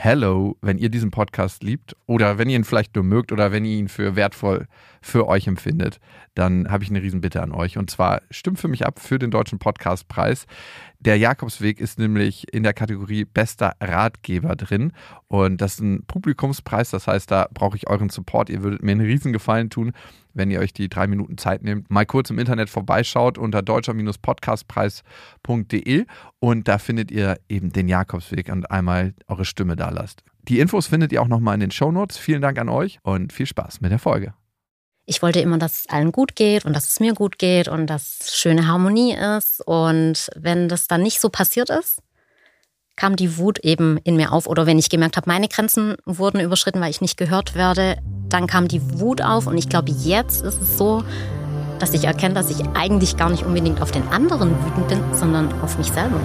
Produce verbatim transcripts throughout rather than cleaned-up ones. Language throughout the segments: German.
hello, wenn ihr diesen Podcast liebt oder wenn ihr ihn vielleicht nur mögt oder wenn ihr ihn für wertvoll für euch empfindet, dann habe ich eine Riesenbitte an euch. Und zwar stimmt für mich ab für den Deutschen Podcastpreis. Der Jakobsweg ist nämlich in der Kategorie Bester Ratgeber drin und das ist ein Publikumspreis, das heißt, da brauche ich euren Support. Ihr würdet mir einen Riesengefallen tun, wenn ihr euch die drei Minuten Zeit nehmt, mal kurz im Internet vorbeischaut unter deutscher Podcastpreis punkt de und da findet ihr eben den Jakobsweg und einmal eure Stimme da lasst. Die Infos findet ihr auch nochmal in den Shownotes. Vielen Dank an euch und viel Spaß mit der Folge. Ich wollte immer, dass es allen gut geht und dass es mir gut geht und dass schöne Harmonie ist. Und wenn das dann nicht so passiert ist, kam die Wut eben in mir auf. Oder wenn ich gemerkt habe, meine Grenzen wurden überschritten, weil ich nicht gehört werde, dann kam die Wut auf. Und ich glaube, jetzt ist es so, dass ich erkenne, dass ich eigentlich gar nicht unbedingt auf den anderen wütend bin, sondern auf mich selber.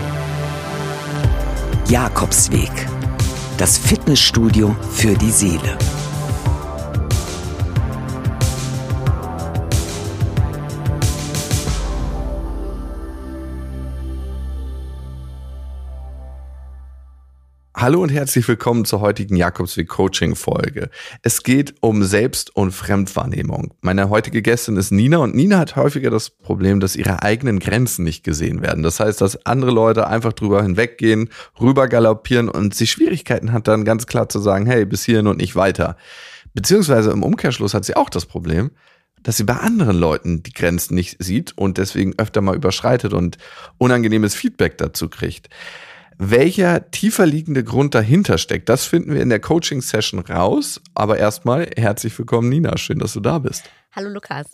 Jakobsweg. Das Fitnessstudio für die Seele. Hallo und herzlich willkommen zur heutigen Jakobsweg-Coaching-Folge. Es geht um Selbst- und Fremdwahrnehmung. Meine heutige Gästin ist Nina und Nina hat häufiger das Problem, dass ihre eigenen Grenzen nicht gesehen werden. Das heißt, dass andere Leute einfach drüber hinweggehen, rüber galoppieren und sie Schwierigkeiten hat dann ganz klar zu sagen, hey, bis hierhin und nicht weiter. Beziehungsweise im Umkehrschluss hat sie auch das Problem, dass sie bei anderen Leuten die Grenzen nicht sieht und deswegen öfter mal überschreitet und unangenehmes Feedback dazu kriegt. Welcher tiefer liegende Grund dahinter steckt, das finden wir in der Coaching-Session raus. Aber erstmal herzlich willkommen, Nina. Schön, dass du da bist. Hallo Lukas.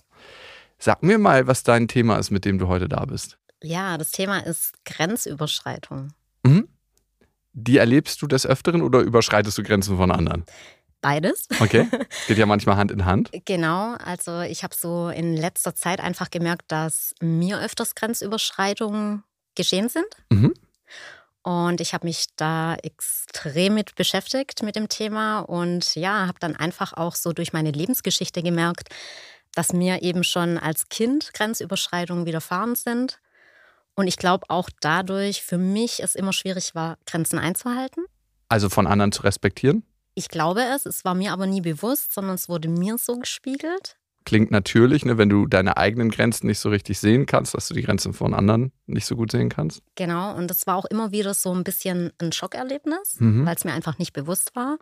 Sag mir mal, was dein Thema ist, mit dem du heute da bist. Ja, das Thema ist Grenzüberschreitung. Mhm. Die erlebst du des Öfteren oder überschreitest du Grenzen von anderen? Beides. Okay, geht ja manchmal Hand in Hand. Genau, also ich habe so in letzter Zeit einfach gemerkt, dass mir öfters Grenzüberschreitungen geschehen sind. Mhm. Und ich habe mich da extrem mit beschäftigt mit dem Thema und ja, habe dann einfach auch so durch meine Lebensgeschichte gemerkt, dass mir eben schon als Kind Grenzüberschreitungen widerfahren sind. Und ich glaube auch dadurch für mich es immer schwierig war, Grenzen einzuhalten. Also von anderen zu respektieren? Ich glaube es, es war mir aber nie bewusst, sondern es wurde mir so gespiegelt. Klingt natürlich, ne, wenn du deine eigenen Grenzen nicht so richtig sehen kannst, dass du die Grenzen von anderen nicht so gut sehen kannst. Genau, und das war auch immer wieder so ein bisschen ein Schockerlebnis, Mhm. weil es mir einfach nicht bewusst war.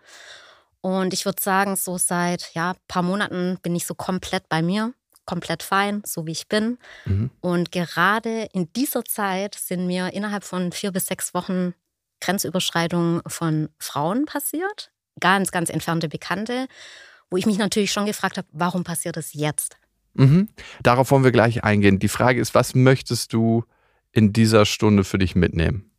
Und ich würde sagen, so seit ja, ein paar Monaten bin ich so komplett bei mir, komplett fein, so wie ich bin. Mhm. Und gerade in dieser Zeit sind mir innerhalb von vier bis sechs Wochen Grenzüberschreitungen von Frauen passiert, ganz, ganz entfernte Bekannte, wo ich mich natürlich schon gefragt habe, warum passiert das jetzt? Mhm. Darauf wollen wir gleich eingehen. Die Frage ist, was möchtest du in dieser Stunde für dich mitnehmen?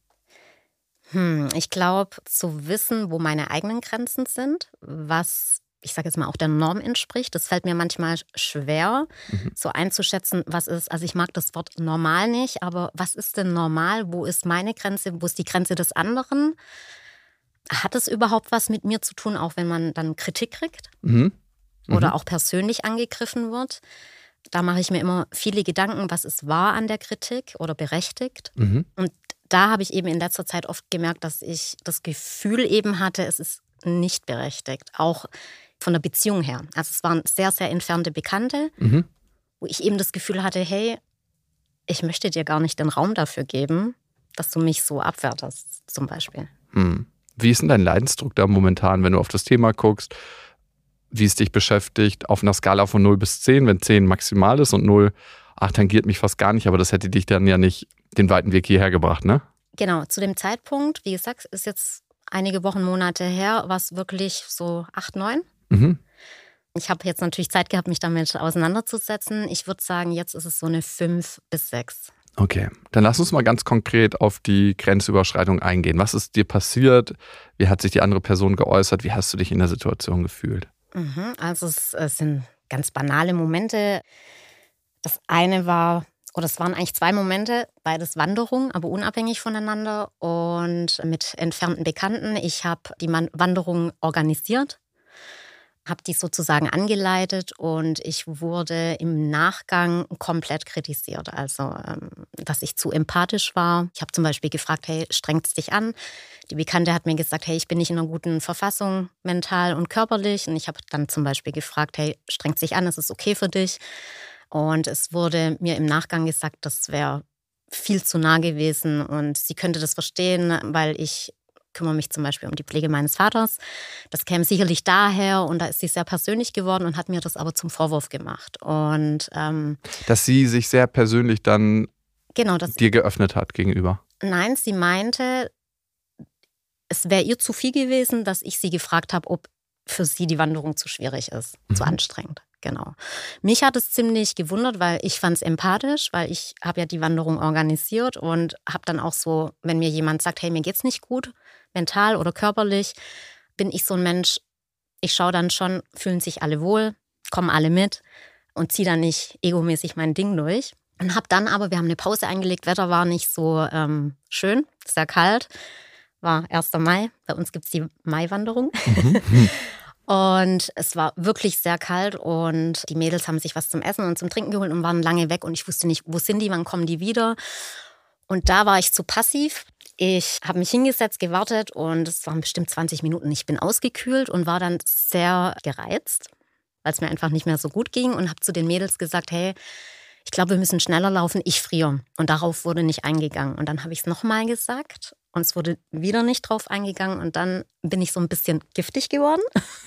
Hm, ich glaube, zu wissen, wo meine eigenen Grenzen sind, was, ich sage jetzt mal, auch der Norm entspricht, das fällt mir manchmal schwer, Mhm. so einzuschätzen, was ist, also ich mag das Wort normal nicht, aber was ist denn normal? Wo ist meine Grenze? Wo ist die Grenze des anderen? Hat es überhaupt was mit mir zu tun, auch wenn man dann Kritik kriegt Mhm. Mhm. oder auch persönlich angegriffen wird? Da mache ich mir immer viele Gedanken, was ist wahr an der Kritik oder berechtigt. Mhm. Und da habe ich eben in letzter Zeit oft gemerkt, dass ich das Gefühl eben hatte, es ist nicht berechtigt, auch von der Beziehung her. Also es waren sehr, sehr entfernte Bekannte, Mhm. wo ich eben das Gefühl hatte, hey, ich möchte dir gar nicht den Raum dafür geben, dass du mich so abwertest, zum Beispiel. Mhm. Wie ist denn dein Leidensdruck da momentan, wenn du auf das Thema guckst, wie es dich beschäftigt, auf einer Skala von null bis zehn, wenn zehn maximal ist und null, ach, tangiert mich fast gar nicht, aber das hätte dich dann ja nicht den weiten Weg hierher gebracht, ne? Genau, zu dem Zeitpunkt, wie gesagt, ist jetzt einige Wochen, Monate her, war es wirklich so acht, neun. Mhm. Ich habe jetzt natürlich Zeit gehabt, mich damit auseinanderzusetzen. Ich würde sagen, jetzt ist es so eine fünf bis sechs. Okay, dann lass uns mal ganz konkret auf die Grenzüberschreitung eingehen. Was ist dir passiert? Wie hat sich die andere Person geäußert? Wie hast du dich in der Situation gefühlt? Mhm, also es, es sind ganz banale Momente. Das eine war, oder es waren eigentlich zwei Momente, beides Wanderung, aber unabhängig voneinander und mit entfernten Bekannten. Ich habe die Man- Wanderung organisiert. habe die sozusagen angeleitet und ich wurde im Nachgang komplett kritisiert. Also, dass ich zu empathisch war. Ich habe zum Beispiel gefragt, hey, strengt es dich an? Die Bekannte hat mir gesagt, hey, ich bin nicht in einer guten Verfassung, mental und körperlich. Und ich habe dann zum Beispiel gefragt, hey, strengt es dich an? Ist es okay für dich? Und es wurde mir im Nachgang gesagt, das wäre viel zu nah gewesen und sie könnte das verstehen, weil ich kümmere mich zum Beispiel um die Pflege meines Vaters. Das käme sicherlich daher und da ist sie sehr persönlich geworden und hat mir das aber zum Vorwurf gemacht. Und ähm, dass sie sich sehr persönlich dann genau, das, dir geöffnet hat gegenüber? Nein, sie meinte, es wäre ihr zu viel gewesen, dass ich sie gefragt habe, ob für sie die Wanderung zu schwierig ist, mhm. zu anstrengend. Genau. Mich hat es ziemlich gewundert, weil ich fand es empathisch, weil ich habe ja die Wanderung organisiert und habe dann auch so, wenn mir jemand sagt, hey, mir geht's nicht gut, mental oder körperlich, bin ich so ein Mensch, ich schaue dann schon, fühlen sich alle wohl, kommen alle mit und ziehe dann nicht egomäßig mein Ding durch. Und habe dann aber, wir haben eine Pause eingelegt, Wetter war nicht so ähm, schön, sehr kalt, war erster Mai, bei uns gibt es die Maiwanderung. Mhm. Und es war wirklich sehr kalt und die Mädels haben sich was zum Essen und zum Trinken geholt und waren lange weg und ich wusste nicht, wo sind die, wann kommen die wieder. Und da war ich zu passiv. Ich habe mich hingesetzt, gewartet und es waren bestimmt zwanzig Minuten. Ich bin ausgekühlt und war dann sehr gereizt, weil es mir einfach nicht mehr so gut ging und habe zu den Mädels gesagt, hey, ich glaube, wir müssen schneller laufen, ich friere. Und darauf wurde nicht eingegangen. Und dann habe ich es nochmal gesagt und es wurde wieder nicht drauf eingegangen. Und dann bin ich so ein bisschen giftig geworden.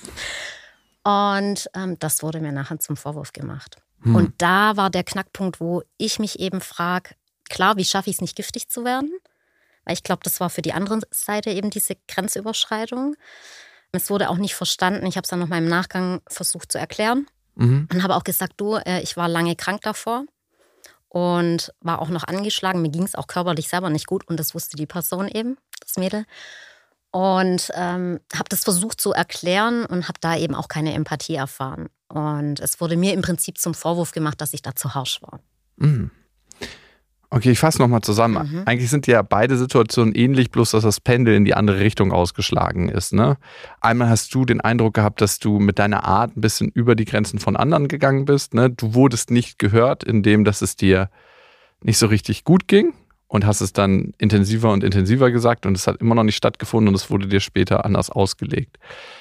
Und ähm, das wurde mir nachher zum Vorwurf gemacht. Hm. Und da war der Knackpunkt, wo ich mich eben frage, klar, wie schaffe ich es nicht giftig zu werden? Weil ich glaube, das war für die andere Seite eben diese Grenzüberschreitung. Es wurde auch nicht verstanden. Ich habe es dann nochmal im Nachgang versucht zu erklären. Mhm. Und habe auch gesagt, du, ich war lange krank davor und war auch noch angeschlagen. Mir ging es auch körperlich selber nicht gut und das wusste die Person eben, das Mädel. Und ähm, habe das versucht zu erklären und habe da eben auch keine Empathie erfahren. Und es wurde mir im Prinzip zum Vorwurf gemacht, dass ich da zu harsch war. Mhm. Okay, ich fasse nochmal zusammen. Mhm. Eigentlich sind ja beide Situationen ähnlich, bloß dass das Pendel in die andere Richtung ausgeschlagen ist. Ne? Einmal hast du den Eindruck gehabt, dass du mit deiner Art ein bisschen über die Grenzen von anderen gegangen bist. Ne? Du wurdest nicht gehört, indem dass es dir nicht so richtig gut ging und hast es dann intensiver und intensiver gesagt und es hat immer noch nicht stattgefunden und es wurde dir später anders ausgelegt.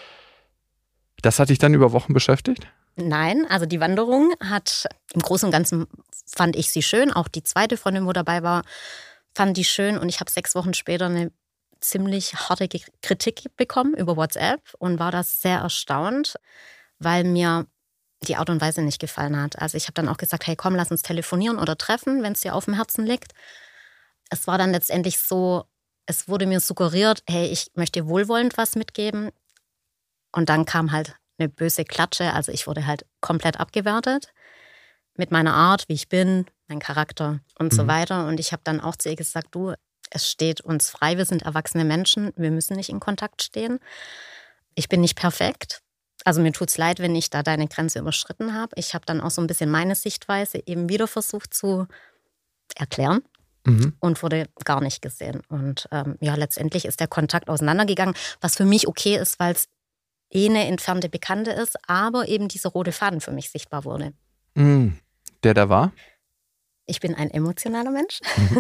Das hat dich dann über Wochen beschäftigt? Nein, also die Wanderung hat im Großen und Ganzen, fand ich sie schön. Auch die zweite Freundin, wo dabei war, fand die schön. Und ich habe sechs Wochen später eine ziemlich harte Kritik bekommen über WhatsApp und war da sehr erstaunt, weil mir die Art und Weise nicht gefallen hat. Also ich habe dann auch gesagt, hey komm, lass uns telefonieren oder treffen, wenn es dir auf dem Herzen liegt. Es war dann letztendlich so, es wurde mir suggeriert, hey, ich möchte wohlwollend was mitgeben. Und dann kam halt eine böse Klatsche, also ich wurde halt komplett abgewertet mit meiner Art, wie ich bin, mein Charakter und mhm. so weiter. Und ich habe dann auch zu ihr gesagt, du, es steht uns frei, wir sind erwachsene Menschen, wir müssen nicht in Kontakt stehen. Ich bin nicht perfekt, also mir tut's leid, wenn ich da deine Grenze überschritten habe. Ich habe dann auch so ein bisschen meine Sichtweise eben wieder versucht zu erklären mhm. und wurde gar nicht gesehen. Und ähm, ja, letztendlich ist der Kontakt auseinandergegangen, was für mich okay ist, weil es eh eine entfernte Bekannte ist, aber eben dieser rote Faden für mich sichtbar wurde. Mm, der da war? Ich bin ein emotionaler Mensch. Mhm.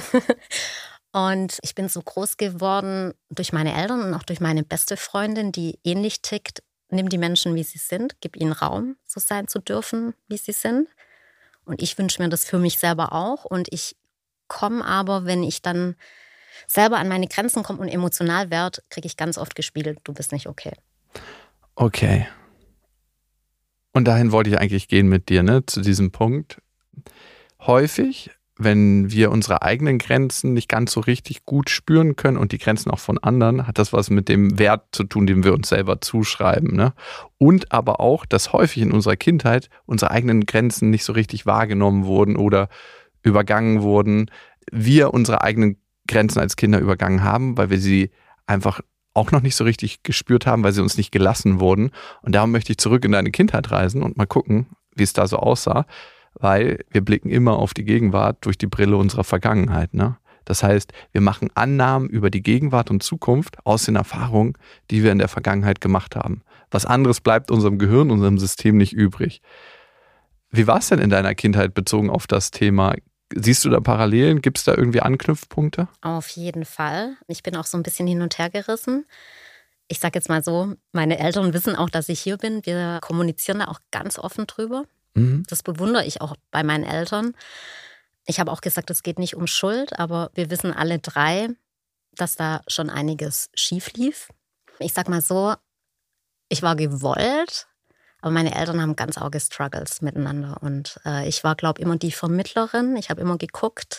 Und ich bin so groß geworden durch meine Eltern und auch durch meine beste Freundin, die ähnlich tickt. Nimm die Menschen, wie sie sind, gib ihnen Raum, so sein zu dürfen, wie sie sind. Und ich wünsche mir das für mich selber auch. Und ich komme aber, wenn ich dann selber an meine Grenzen komme und emotional werde, kriege ich ganz oft gespiegelt, du bist nicht okay. Okay. Und dahin wollte ich eigentlich gehen mit dir, ne, zu diesem Punkt. Häufig, wenn wir unsere eigenen Grenzen nicht ganz so richtig gut spüren können und die Grenzen auch von anderen, hat das was mit dem Wert zu tun, den wir uns selber zuschreiben, ne? Und aber auch, dass häufig in unserer Kindheit unsere eigenen Grenzen nicht so richtig wahrgenommen wurden oder übergangen wurden. Wir unsere eigenen Grenzen als Kinder übergangen haben, weil wir sie einfach auch noch nicht so richtig gespürt haben, weil sie uns nicht gelassen wurden. Und darum möchte ich zurück in deine Kindheit reisen und mal gucken, wie es da so aussah, weil wir blicken immer auf die Gegenwart durch die Brille unserer Vergangenheit, ne? Das heißt, wir machen Annahmen über die Gegenwart und Zukunft aus den Erfahrungen, die wir in der Vergangenheit gemacht haben. Was anderes bleibt unserem Gehirn, unserem System nicht übrig. Wie war es denn in deiner Kindheit bezogen auf das Thema? Siehst du da Parallelen? Gibt es da irgendwie Anknüpfpunkte? Auf jeden Fall. Ich bin auch so ein bisschen hin und her gerissen. Ich sage jetzt mal so, meine Eltern wissen auch, dass ich hier bin. Wir kommunizieren da auch ganz offen drüber. Mhm. Das bewundere ich auch bei meinen Eltern. Ich habe auch gesagt, es geht nicht um Schuld, aber wir wissen alle drei, dass da schon einiges schief lief. Ich sag mal so, ich war gewollt, aber meine Eltern haben ganz arge Struggles miteinander. Und äh, ich war, glaube ich, immer die Vermittlerin. Ich habe immer geguckt,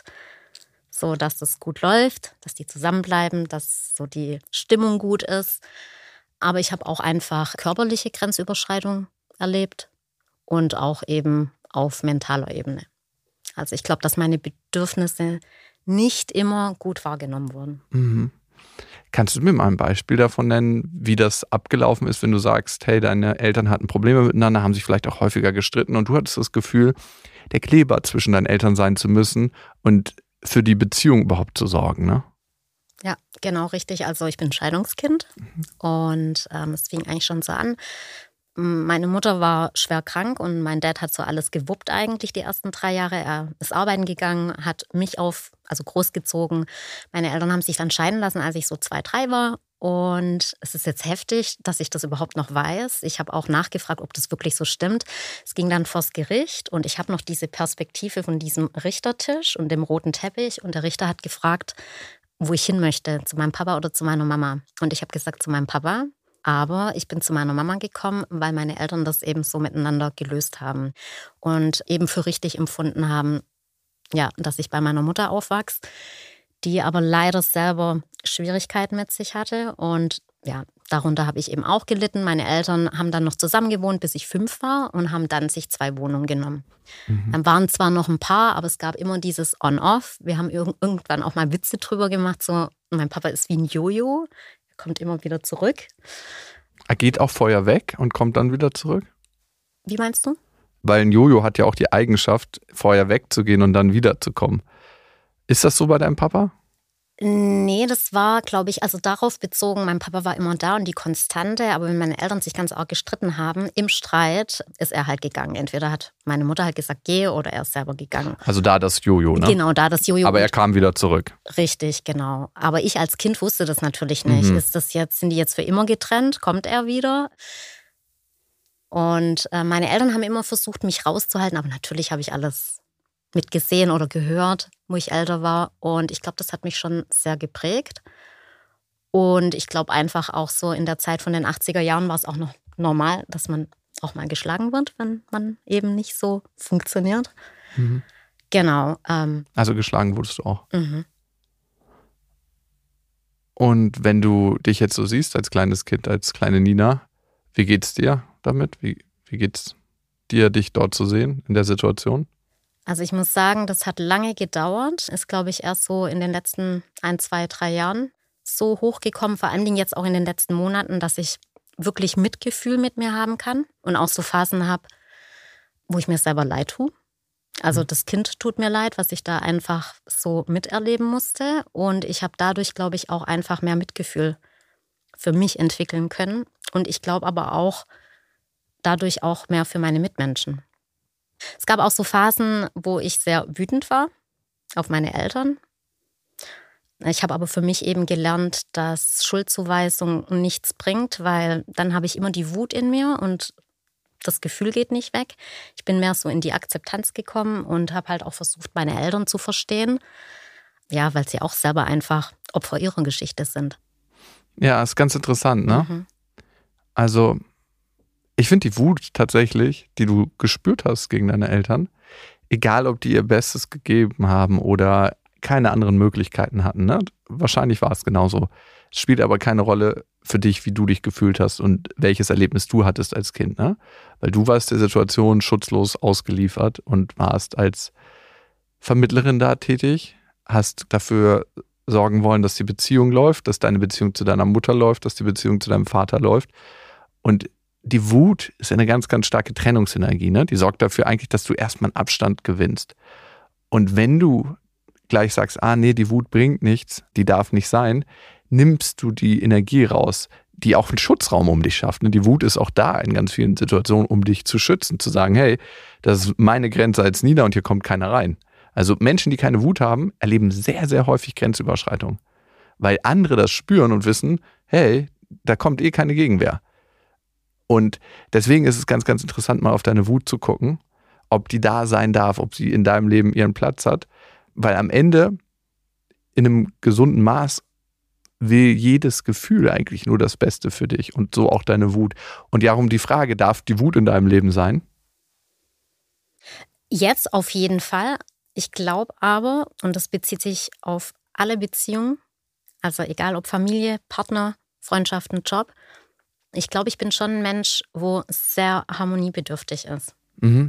so dass das gut läuft, dass die zusammenbleiben, dass so die Stimmung gut ist. Aber ich habe auch einfach körperliche Grenzüberschreitung erlebt und auch eben auf mentaler Ebene. Also ich glaube, dass meine Bedürfnisse nicht immer gut wahrgenommen wurden. Mhm. Kannst du mir mal ein Beispiel davon nennen, wie das abgelaufen ist, wenn du sagst, hey, deine Eltern hatten Probleme miteinander, haben sich vielleicht auch häufiger gestritten und du hattest das Gefühl, der Kleber zwischen deinen Eltern sein zu müssen und für die Beziehung überhaupt zu sorgen, ne? Ja, genau, richtig. Also ich bin Scheidungskind mhm. und ähm, es fing eigentlich schon so an. Meine Mutter war schwer krank und mein Dad hat so alles gewuppt eigentlich die ersten drei Jahre. Er ist arbeiten gegangen, hat mich auf, also großgezogen. Meine Eltern haben sich dann scheiden lassen, als ich so zwei, drei war. Und es ist jetzt heftig, dass ich das überhaupt noch weiß. Ich habe auch nachgefragt, ob das wirklich so stimmt. Es ging dann vors Gericht und ich habe noch diese Perspektive von diesem Richtertisch und dem roten Teppich. Und der Richter hat gefragt, wo ich hin möchte, zu meinem Papa oder zu meiner Mama. Und ich habe gesagt, zu meinem Papa. Aber ich bin zu meiner Mama gekommen, weil meine Eltern das eben so miteinander gelöst haben und eben für richtig empfunden haben, ja, dass ich bei meiner Mutter aufwachse, die aber leider selber Schwierigkeiten mit sich hatte. Und ja, darunter habe ich eben auch gelitten. Meine Eltern haben dann noch zusammen gewohnt, bis ich fünf war und haben dann sich zwei Wohnungen genommen. Mhm. Dann waren zwar noch ein paar, aber es gab immer dieses On-Off. Wir haben irgendwann auch mal Witze drüber gemacht, so, mein Papa ist wie ein Jojo. Kommt immer wieder zurück. Er geht auch vorher weg und kommt dann wieder zurück? Wie meinst du? Weil ein Jojo hat ja auch die Eigenschaft, vorher wegzugehen und dann wiederzukommen. Ist das so bei deinem Papa? Nee, das war, glaube ich, also darauf bezogen, mein Papa war immer da und die Konstante, aber wenn meine Eltern sich ganz arg gestritten haben, im Streit ist er halt gegangen. Entweder hat meine Mutter halt gesagt, geh, oder er ist selber gegangen. Also da das Jojo, ne? Genau, da das Jojo. Aber er kam wieder zurück. Richtig, genau. Aber ich als Kind wusste das natürlich nicht. Mhm. Ist das jetzt, sind die jetzt für immer getrennt? Kommt er wieder? Und äh, meine Eltern haben immer versucht, mich rauszuhalten, aber natürlich habe ich alles mitgesehen oder gehört, wo ich älter war. Und ich glaube, das hat mich schon sehr geprägt. Und ich glaube einfach auch so in der Zeit von den achtziger Jahren war es auch noch normal, dass man auch mal geschlagen wird, wenn man eben nicht so funktioniert. Mhm. Genau. Ähm, also geschlagen wurdest du auch. Mhm. Und wenn du dich jetzt so siehst als kleines Kind, als kleine Nina, wie geht's dir damit? Wie, wie geht's dir, dich dort zu sehen in der Situation? Also ich muss sagen, das hat lange gedauert. Ist, glaube ich, erst so in den letzten ein, zwei, drei Jahren so hochgekommen. Vor allen Dingen jetzt auch in den letzten Monaten, dass ich wirklich Mitgefühl mit mir haben kann. Und auch so Phasen habe, wo ich mir selber leid tue. Also das Kind tut mir leid, was ich da einfach so miterleben musste. Und ich habe dadurch, glaube ich, auch einfach mehr Mitgefühl für mich entwickeln können. Und ich glaube aber auch dadurch auch mehr für meine Mitmenschen. Es gab auch so Phasen, wo ich sehr wütend war auf meine Eltern. Ich habe aber für mich eben gelernt, dass Schuldzuweisung nichts bringt, weil dann habe ich immer die Wut in mir und das Gefühl geht nicht weg. Ich bin mehr so in die Akzeptanz gekommen und habe halt auch versucht, meine Eltern zu verstehen. Ja, weil sie auch selber einfach Opfer ihrer Geschichte sind. Ja, ist ganz interessant, ne? Mhm. Also ich finde die Wut tatsächlich, die du gespürt hast gegen deine Eltern, egal ob die ihr Bestes gegeben haben oder keine anderen Möglichkeiten hatten, ne? Wahrscheinlich war es genauso. Es spielt aber keine Rolle für dich, wie du dich gefühlt hast und welches Erlebnis du hattest als Kind, ne? Weil du warst der Situation schutzlos ausgeliefert und warst als Vermittlerin da tätig, hast dafür sorgen wollen, dass die Beziehung läuft, dass deine Beziehung zu deiner Mutter läuft, dass die Beziehung zu deinem Vater läuft. Und die Wut ist eine ganz, ganz starke Trennungsenergie, ne? Die sorgt dafür eigentlich, dass du erstmal einen Abstand gewinnst. Und wenn du gleich sagst, ah nee, die Wut bringt nichts, die darf nicht sein, nimmst du die Energie raus, die auch einen Schutzraum um dich schafft. Die Wut ist auch da in ganz vielen Situationen, um dich zu schützen, zu sagen, hey, das ist meine Grenze als Nina und hier kommt keiner rein. Also Menschen, die keine Wut haben, erleben sehr, sehr häufig Grenzüberschreitung, weil andere das spüren und wissen, hey, da kommt eh keine Gegenwehr. Und deswegen ist es ganz, ganz interessant, mal auf deine Wut zu gucken, ob die da sein darf, ob sie in deinem Leben ihren Platz hat, weil am Ende in einem gesunden Maß will jedes Gefühl eigentlich nur das Beste für dich und so auch deine Wut. Und ja, um die Frage, darf die Wut in deinem Leben sein? Jetzt auf jeden Fall. Ich glaube aber, und das bezieht sich auf alle Beziehungen, also egal ob Familie, Partner, Freundschaften, Job, ich glaube, ich bin schon ein Mensch, wo sehr harmoniebedürftig ist. Mhm.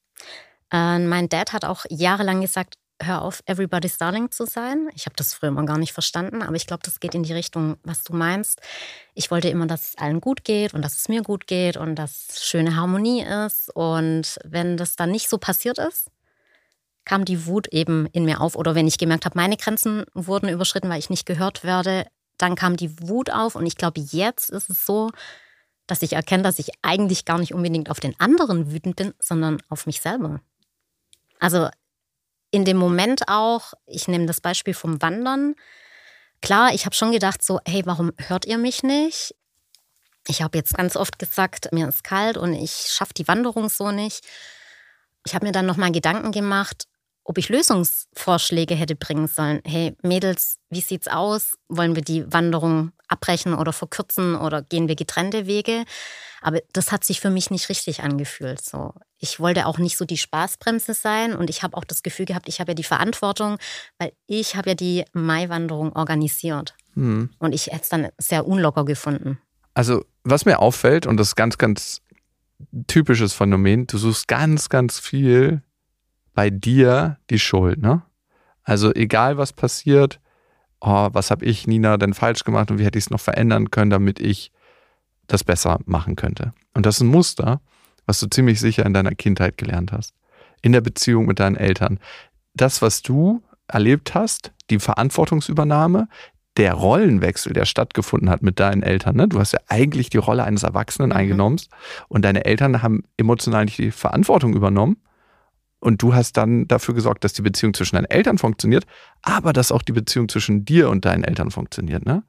Äh, mein Dad hat auch jahrelang gesagt, hör auf, everybody's darling zu sein. Ich habe das früher mal gar nicht verstanden, aber ich glaube, das geht in die Richtung, was du meinst. Ich wollte immer, dass es allen gut geht und dass es mir gut geht und dass schöne Harmonie ist. Und wenn das dann nicht so passiert ist, kam die Wut eben in mir auf. Oder wenn ich gemerkt habe, meine Grenzen wurden überschritten, weil ich nicht gehört werde, dann kam die Wut auf. Und ich glaube, jetzt ist es so, dass ich erkenne, dass ich eigentlich gar nicht unbedingt auf den anderen wütend bin, sondern auf mich selber. Also in dem Moment auch, ich nehme das Beispiel vom Wandern. Klar, ich habe schon gedacht so, hey, warum hört ihr mich nicht? Ich habe jetzt ganz oft gesagt, mir ist kalt und ich schaffe die Wanderung so nicht. Ich habe mir dann nochmal Gedanken gemacht, ob ich Lösungsvorschläge hätte bringen sollen. Hey Mädels, wie sieht's aus? Wollen wir die Wanderung abbrechen oder verkürzen oder gehen wir getrennte Wege? Aber das hat sich für mich nicht richtig angefühlt. So, ich wollte auch nicht so die Spaßbremse sein und ich habe auch das Gefühl gehabt, ich habe ja die Verantwortung, weil ich habe ja die Maiwanderung organisiert. Hm. Und ich hätte es dann sehr unlocker gefunden. Also was mir auffällt, und das ist ganz, ganz typisches Phänomen, du suchst ganz, ganz viel bei dir die Schuld, ne? Also egal was passiert, oh, was habe ich, Nina, denn falsch gemacht und wie hätte ich es noch verändern können, damit ich das besser machen könnte. Und das ist ein Muster, was du ziemlich sicher in deiner Kindheit gelernt hast. In der Beziehung mit deinen Eltern. Das, was du erlebt hast, die Verantwortungsübernahme, der Rollenwechsel, der stattgefunden hat mit deinen Eltern. Ne? Du hast ja eigentlich die Rolle eines Erwachsenen mhm. eingenommen und deine Eltern haben emotional nicht die Verantwortung übernommen. Und du hast dann dafür gesorgt, dass die Beziehung zwischen deinen Eltern funktioniert, aber dass auch die Beziehung zwischen dir und deinen Eltern funktioniert. Ne?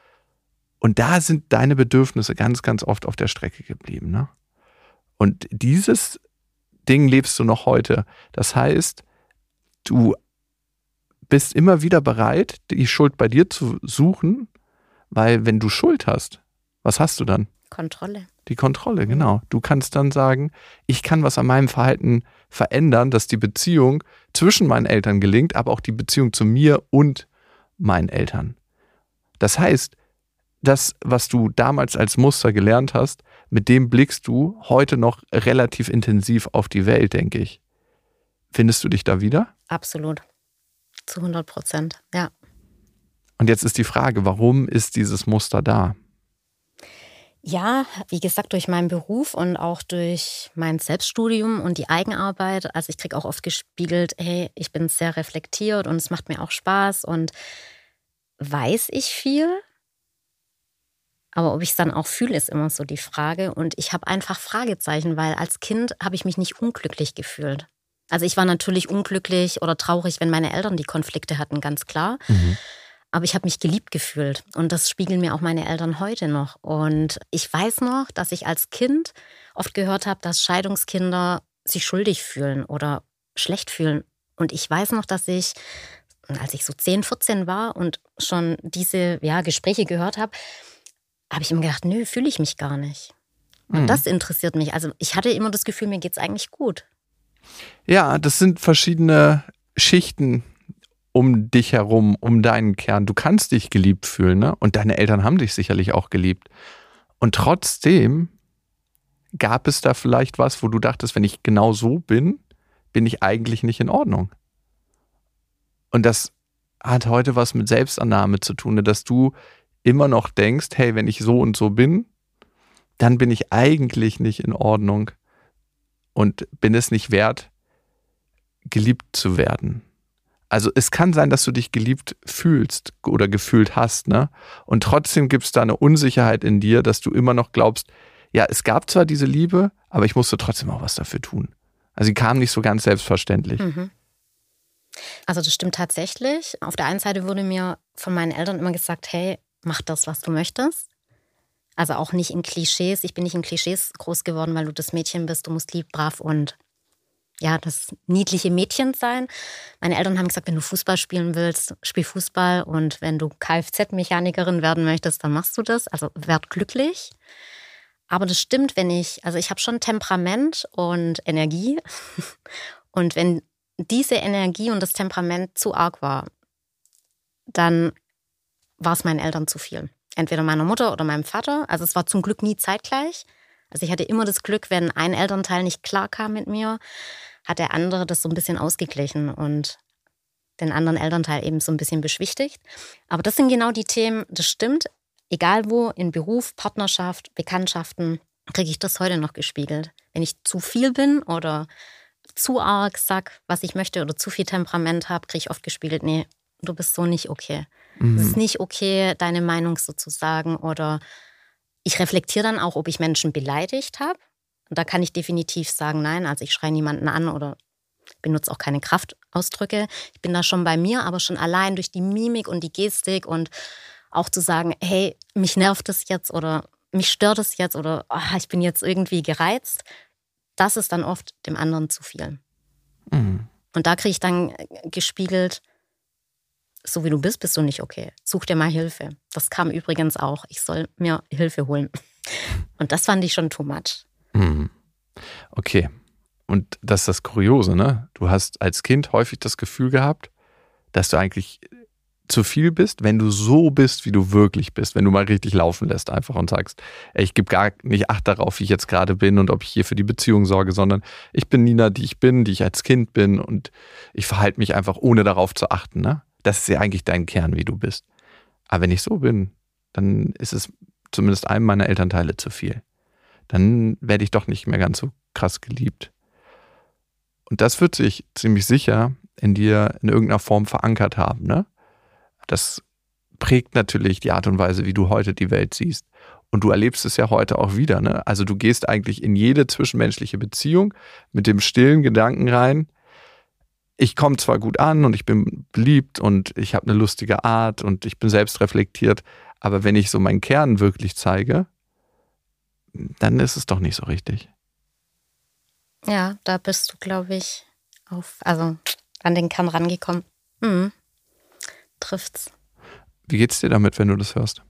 Und da sind deine Bedürfnisse ganz, ganz oft auf der Strecke geblieben. Ne? Und dieses Ding lebst du noch heute. Das heißt, du bist immer wieder bereit, die Schuld bei dir zu suchen, weil wenn du Schuld hast, was hast du dann? Kontrolle. Die Kontrolle, genau. Du kannst dann sagen, ich kann was an meinem Verhalten verändern, dass die Beziehung zwischen meinen Eltern gelingt, aber auch die Beziehung zu mir und meinen Eltern. Das heißt, das, was du damals als Muster gelernt hast, mit dem blickst du heute noch relativ intensiv auf die Welt, denke ich. Findest du dich da wieder? Absolut. Zu hundert Prozent, ja. Und jetzt ist die Frage, warum ist dieses Muster da? Ja, wie gesagt, durch meinen Beruf und auch durch mein Selbststudium und die Eigenarbeit. Also ich kriege auch oft gespiegelt, hey, ich bin sehr reflektiert und es macht mir auch Spaß und weiß ich viel. Aber ob ich es dann auch fühle, ist immer so die Frage. Und ich habe einfach Fragezeichen, weil als Kind habe ich mich nicht unglücklich gefühlt. Also ich war natürlich unglücklich oder traurig, wenn meine Eltern die Konflikte hatten, ganz klar. Mhm. Aber ich habe mich geliebt gefühlt und das spiegeln mir auch meine Eltern heute noch. Und ich weiß noch, dass ich als Kind oft gehört habe, dass Scheidungskinder sich schuldig fühlen oder schlecht fühlen. Und ich weiß noch, dass ich, als ich so zehn, vierzehn war und schon diese ja, Gespräche gehört habe, habe ich immer gedacht, nö, fühle ich mich gar nicht. Und mhm. das interessiert mich. Also ich hatte immer das Gefühl, mir geht es eigentlich gut. Ja, das sind verschiedene Schichten um dich herum, um deinen Kern. Du kannst dich geliebt fühlen, ne? Und deine Eltern haben dich sicherlich auch geliebt. Und trotzdem gab es da vielleicht was, wo du dachtest, wenn ich genau so bin, bin ich eigentlich nicht in Ordnung. Und das hat heute was mit Selbstannahme zu tun, ne? Dass du immer noch denkst, hey, wenn ich so und so bin, dann bin ich eigentlich nicht in Ordnung und bin es nicht wert, geliebt zu werden. Also es kann sein, dass du dich geliebt fühlst oder gefühlt hast, ne? Und trotzdem gibt es da eine Unsicherheit in dir, dass du immer noch glaubst, ja, es gab zwar diese Liebe, aber ich musste trotzdem auch was dafür tun. Also sie kam nicht so ganz selbstverständlich. Mhm. Also das stimmt tatsächlich. Auf der einen Seite wurde mir von meinen Eltern immer gesagt, hey, mach das, was du möchtest. Also auch nicht in Klischees. Ich bin nicht in Klischees groß geworden, weil du das Mädchen bist. Du musst lieb, brav und ja, das niedliche Mädchen sein. Meine Eltern haben gesagt, wenn du Fußball spielen willst, spiel Fußball. Und wenn du Kfz-Mechanikerin werden möchtest, dann machst du das. Also werd glücklich. Aber das stimmt, wenn ich, also ich habe schon Temperament und Energie. Und wenn diese Energie und das Temperament zu arg war, dann war es meinen Eltern zu viel. Entweder meiner Mutter oder meinem Vater. Also es war zum Glück nie zeitgleich. Also ich hatte immer das Glück, wenn ein Elternteil nicht klar kam mit mir, hat der andere das so ein bisschen ausgeglichen und den anderen Elternteil eben so ein bisschen beschwichtigt. Aber das sind genau die Themen, das stimmt. Egal wo, in Beruf, Partnerschaft, Bekanntschaften, kriege ich das heute noch gespiegelt. Wenn ich zu viel bin oder zu arg sag, was ich möchte oder zu viel Temperament habe, kriege ich oft gespiegelt, nee, du bist so nicht okay. Mhm. Es ist nicht okay, deine Meinung so zu sagen. Oder ich reflektiere dann auch, ob ich Menschen beleidigt habe. Und da kann ich definitiv sagen, nein, also ich schreie niemanden an oder benutze auch keine Kraftausdrücke. Ich bin da schon bei mir, aber schon allein durch die Mimik und die Gestik und auch zu sagen, hey, mich nervt das jetzt oder mich stört es jetzt oder oh, ich bin jetzt irgendwie gereizt. Das ist dann oft dem anderen zu viel. Mhm. Und da kriege ich dann gespiegelt, so wie du bist, bist du nicht okay. Such dir mal Hilfe. Das kam übrigens auch. Ich soll mir Hilfe holen. Und das fand ich schon too much. Mhm. Okay. Und das ist das Kuriose, ne? Du hast als Kind häufig das Gefühl gehabt, dass du eigentlich zu viel bist, wenn du so bist, wie du wirklich bist. Wenn du mal richtig laufen lässt einfach und sagst, ey, ich gebe gar nicht Acht darauf, wie ich jetzt gerade bin und ob ich hier für die Beziehung sorge, sondern ich bin Nina, die ich bin, die ich als Kind bin und ich verhalte mich einfach, ohne darauf zu achten, ne? Das ist ja eigentlich dein Kern, wie du bist. Aber wenn ich so bin, dann ist es zumindest einem meiner Elternteile zu viel. Dann werde ich doch nicht mehr ganz so krass geliebt. Und das wird sich ziemlich sicher in dir in irgendeiner Form verankert haben, ne? Das prägt natürlich die Art und Weise, wie du heute die Welt siehst. Und du erlebst es ja heute auch wieder, ne? Also du gehst eigentlich in jede zwischenmenschliche Beziehung mit dem stillen Gedanken rein, ich komme zwar gut an und ich bin beliebt und ich habe eine lustige Art und ich bin selbst reflektiert, aber wenn ich so meinen Kern wirklich zeige, dann ist es doch nicht so richtig. Ja, da bist du, glaube ich, auf, also an den Kern rangekommen. Mhm. Trifft's. Wie geht's dir damit, wenn du das hörst?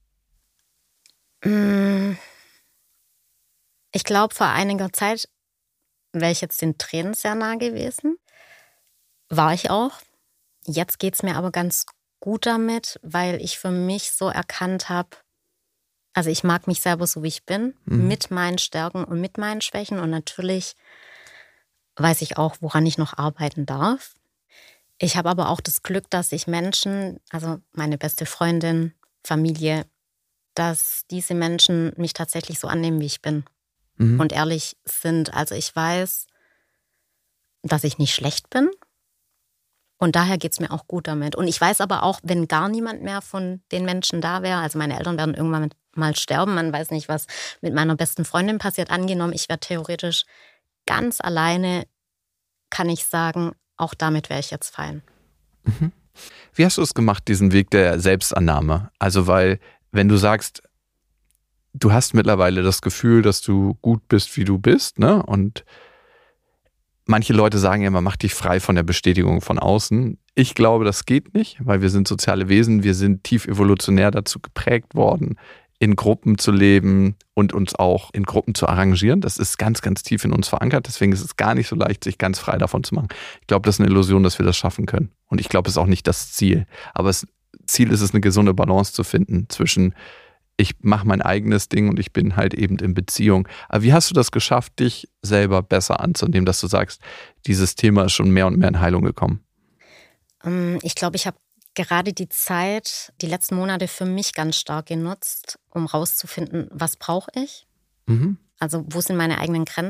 Ich glaube, vor einiger Zeit wäre ich jetzt den Tränen sehr nah gewesen. War ich auch. Jetzt geht's mir aber ganz gut damit, weil ich für mich so erkannt habe, also ich mag mich selber so, wie ich bin, mhm. mit meinen Stärken und mit meinen Schwächen. Und natürlich weiß ich auch, woran ich noch arbeiten darf. Ich habe aber auch das Glück, dass ich Menschen, also meine beste Freundin, Familie, dass diese Menschen mich tatsächlich so annehmen, wie ich bin. Mhm. Und ehrlich sind. Also ich weiß, dass ich nicht schlecht bin. Und daher geht es mir auch gut damit. Und ich weiß aber auch, wenn gar niemand mehr von den Menschen da wäre, also meine Eltern werden irgendwann mal sterben, man weiß nicht, was mit meiner besten Freundin passiert. Angenommen, ich wäre theoretisch ganz alleine, kann ich sagen, auch damit wäre ich jetzt fein. Mhm. Wie hast du es gemacht, diesen Weg der Selbstannahme? Also weil, wenn du sagst, du hast mittlerweile das Gefühl, dass du gut bist, wie du bist, ne? Und manche Leute sagen ja immer, mach dich frei von der Bestätigung von außen. Ich glaube, das geht nicht, weil wir sind soziale Wesen, wir sind tief evolutionär dazu geprägt worden, in Gruppen zu leben und uns auch in Gruppen zu arrangieren. Das ist ganz, ganz tief in uns verankert. Deswegen ist es gar nicht so leicht, sich ganz frei davon zu machen. Ich glaube, das ist eine Illusion, dass wir das schaffen können. Und ich glaube, es ist auch nicht das Ziel. Aber das Ziel ist es, eine gesunde Balance zu finden zwischen ich mache mein eigenes Ding und ich bin halt eben in Beziehung. Aber wie hast du das geschafft, dich selber besser anzunehmen, dass du sagst, dieses Thema ist schon mehr und mehr in Heilung gekommen? Ich glaube, ich habe gerade die Zeit, die letzten Monate für mich ganz stark genutzt, um rauszufinden, was brauche ich? Mhm. Also wo sind meine eigenen Grenzen?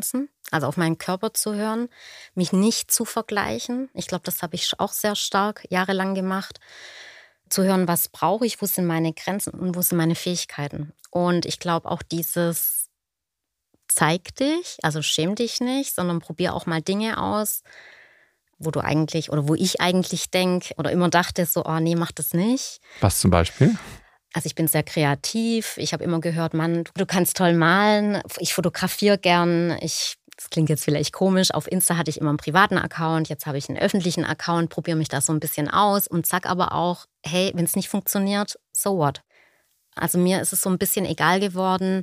Also auf meinen Körper zu hören, mich nicht zu vergleichen. Ich glaube, das habe ich auch sehr stark jahrelang gemacht. Zu hören, was brauche ich, wo sind meine Grenzen und wo sind meine Fähigkeiten. Und ich glaube auch dieses zeig dich, also schäm dich nicht, sondern probier auch mal Dinge aus, wo du eigentlich oder wo ich eigentlich denke oder immer dachte so, oh nee, mach das nicht. Was zum Beispiel? Also ich bin sehr kreativ. Ich habe immer gehört, Mann, du kannst toll malen. Ich fotografiere gern. Ich, das klingt jetzt vielleicht komisch. Auf Insta hatte ich immer einen privaten Account. Jetzt habe ich einen öffentlichen Account, probiere mich da so ein bisschen aus und sag aber auch, hey, wenn es nicht funktioniert, so what? Also mir ist es so ein bisschen egal geworden,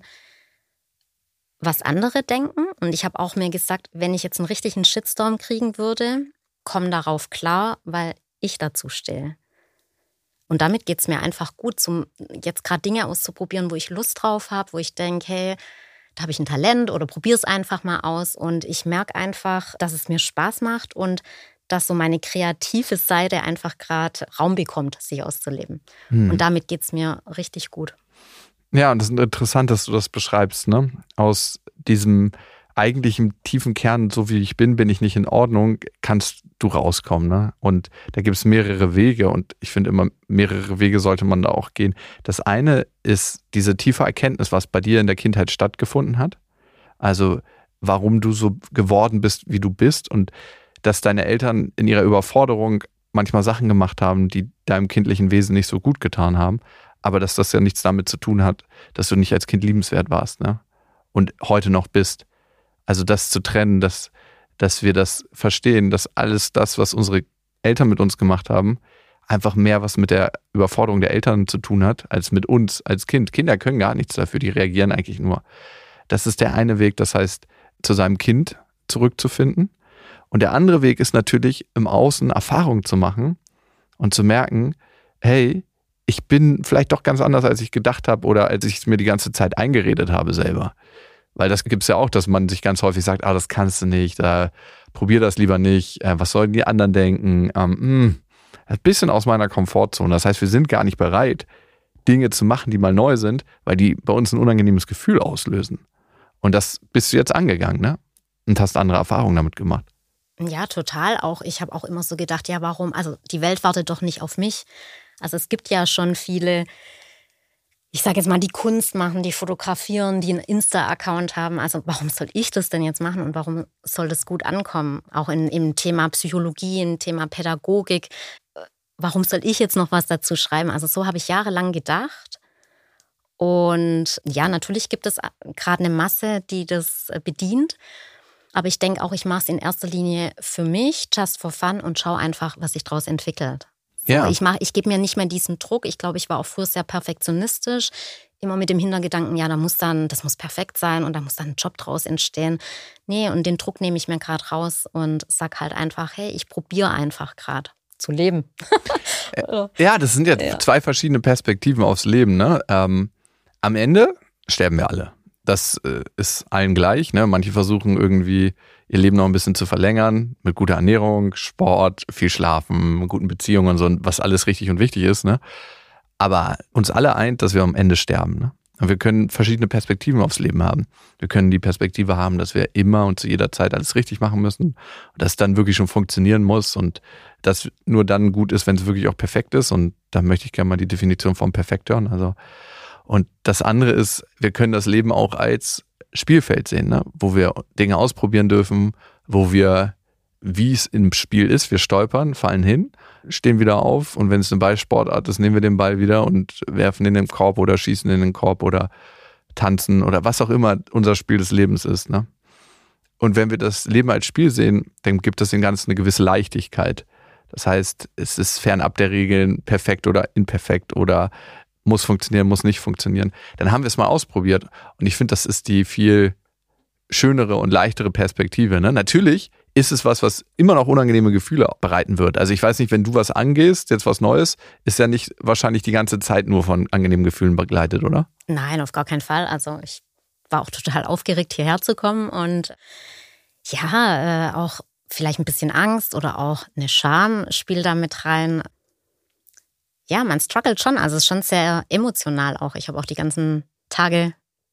was andere denken. Und ich habe auch mir gesagt, wenn ich jetzt einen richtigen Shitstorm kriegen würde, komm darauf klar, weil ich dazu stehe. Und damit geht es mir einfach gut, zum jetzt gerade Dinge auszuprobieren, wo ich Lust drauf habe, wo ich denke, hey, da habe ich ein Talent oder probiere es einfach mal aus. Und ich merke einfach, dass es mir Spaß macht und dass so meine kreative Seite einfach gerade Raum bekommt, sich auszuleben. Hm. Und damit geht es mir richtig gut. Ja, und das ist interessant, dass du das beschreibst, ne? Aus diesem eigentlichen tiefen Kern, so wie ich bin, bin ich nicht in Ordnung, kannst du rauskommen, ne? Und da gibt es mehrere Wege und ich finde immer, mehrere Wege sollte man da auch gehen. Das eine ist diese tiefe Erkenntnis, was bei dir in der Kindheit stattgefunden hat. Also warum du so geworden bist, wie du bist und dass deine Eltern in ihrer Überforderung manchmal Sachen gemacht haben, die deinem kindlichen Wesen nicht so gut getan haben, aber dass das ja nichts damit zu tun hat, dass du nicht als Kind liebenswert warst, ne? Und heute noch bist. Also das zu trennen, dass, dass wir das verstehen, dass alles das, was unsere Eltern mit uns gemacht haben, einfach mehr was mit der Überforderung der Eltern zu tun hat, als mit uns als Kind. Kinder können gar nichts dafür, die reagieren eigentlich nur. Das ist der eine Weg, das heißt, zu seinem Kind zurückzufinden. Und der andere Weg ist natürlich, im Außen Erfahrung zu machen und zu merken, hey, ich bin vielleicht doch ganz anders, als ich gedacht habe oder als ich es mir die ganze Zeit eingeredet habe selber. Weil das gibt es ja auch, dass man sich ganz häufig sagt, ah, das kannst du nicht, äh, probier das lieber nicht, äh, was sollen die anderen denken? Ähm, mh, ein bisschen aus meiner Komfortzone. Das heißt, wir sind gar nicht bereit, Dinge zu machen, die mal neu sind, weil die bei uns ein unangenehmes Gefühl auslösen. Und das bist du jetzt angegangen, ne? Und hast andere Erfahrungen damit gemacht. Ja, total. Auch ich habe auch immer so gedacht, ja, warum? Also die Welt wartet doch nicht auf mich. Also es gibt ja schon viele, ich sage jetzt mal, die Kunst machen, die fotografieren, die einen Insta-Account haben. Also warum soll ich das denn jetzt machen und warum soll das gut ankommen? Auch in, im Thema Psychologie, im Thema Pädagogik. Warum soll ich jetzt noch was dazu schreiben? Also so habe ich jahrelang gedacht. Und ja, natürlich gibt es gerade eine Masse, die das bedient. Aber ich denke auch, ich mache es in erster Linie für mich, just for fun und schaue einfach, was sich daraus entwickelt. So, ja. Ich, mach, ich gebe mir nicht mehr diesen Druck. Ich glaube, ich war auch früher sehr perfektionistisch. Immer mit dem Hintergedanken, ja, da muss dann, das muss perfekt sein und da muss dann ein Job draus entstehen. Nee, und den Druck nehme ich mir gerade raus und sag halt einfach, hey, ich probiere einfach gerade zu leben. Ja, das sind ja, ja zwei verschiedene Perspektiven aufs Leben, ne? Ähm, am Ende sterben wir alle. Das äh, ist allen gleich, ne? Manche versuchen irgendwie ihr Leben noch ein bisschen zu verlängern mit guter Ernährung, Sport, viel Schlafen, guten Beziehungen und so, was alles richtig und wichtig ist, ne? Aber uns alle eint, dass wir am Ende sterben, ne? Und wir können verschiedene Perspektiven aufs Leben haben. Wir können die Perspektive haben, dass wir immer und zu jeder Zeit alles richtig machen müssen und dass es dann wirklich schon funktionieren muss und das nur dann gut ist, wenn es wirklich auch perfekt ist. Und da möchte ich gerne mal die Definition von perfekt hören. Also, und das andere ist, wir können das Leben auch als Spielfeld sehen, ne? Wo wir Dinge ausprobieren dürfen, wo wir, wie es im Spiel ist, wir stolpern, fallen hin, stehen wieder auf und wenn es eine Ballsportart ist, nehmen wir den Ball wieder und werfen in den Korb oder schießen in den Korb oder tanzen oder was auch immer unser Spiel des Lebens ist, ne? Und wenn wir das Leben als Spiel sehen, dann gibt es dem Ganzen eine gewisse Leichtigkeit. Das heißt, es ist fernab der Regeln perfekt oder imperfekt oder muss funktionieren, muss nicht funktionieren. Dann haben wir es mal ausprobiert und ich finde, das ist die viel schönere und leichtere Perspektive, ne? Natürlich ist es was, was immer noch unangenehme Gefühle bereiten wird. Also ich weiß nicht, wenn du was angehst, jetzt was Neues, ist ja nicht wahrscheinlich die ganze Zeit nur von angenehmen Gefühlen begleitet, oder? Nein, auf gar keinen Fall. Also ich war auch total aufgeregt, hierher zu kommen und ja, äh, auch vielleicht ein bisschen Angst oder auch eine Scham spielt da mit rein. Ja, man struggelt schon, also es ist schon sehr emotional auch. Ich habe auch die ganzen Tage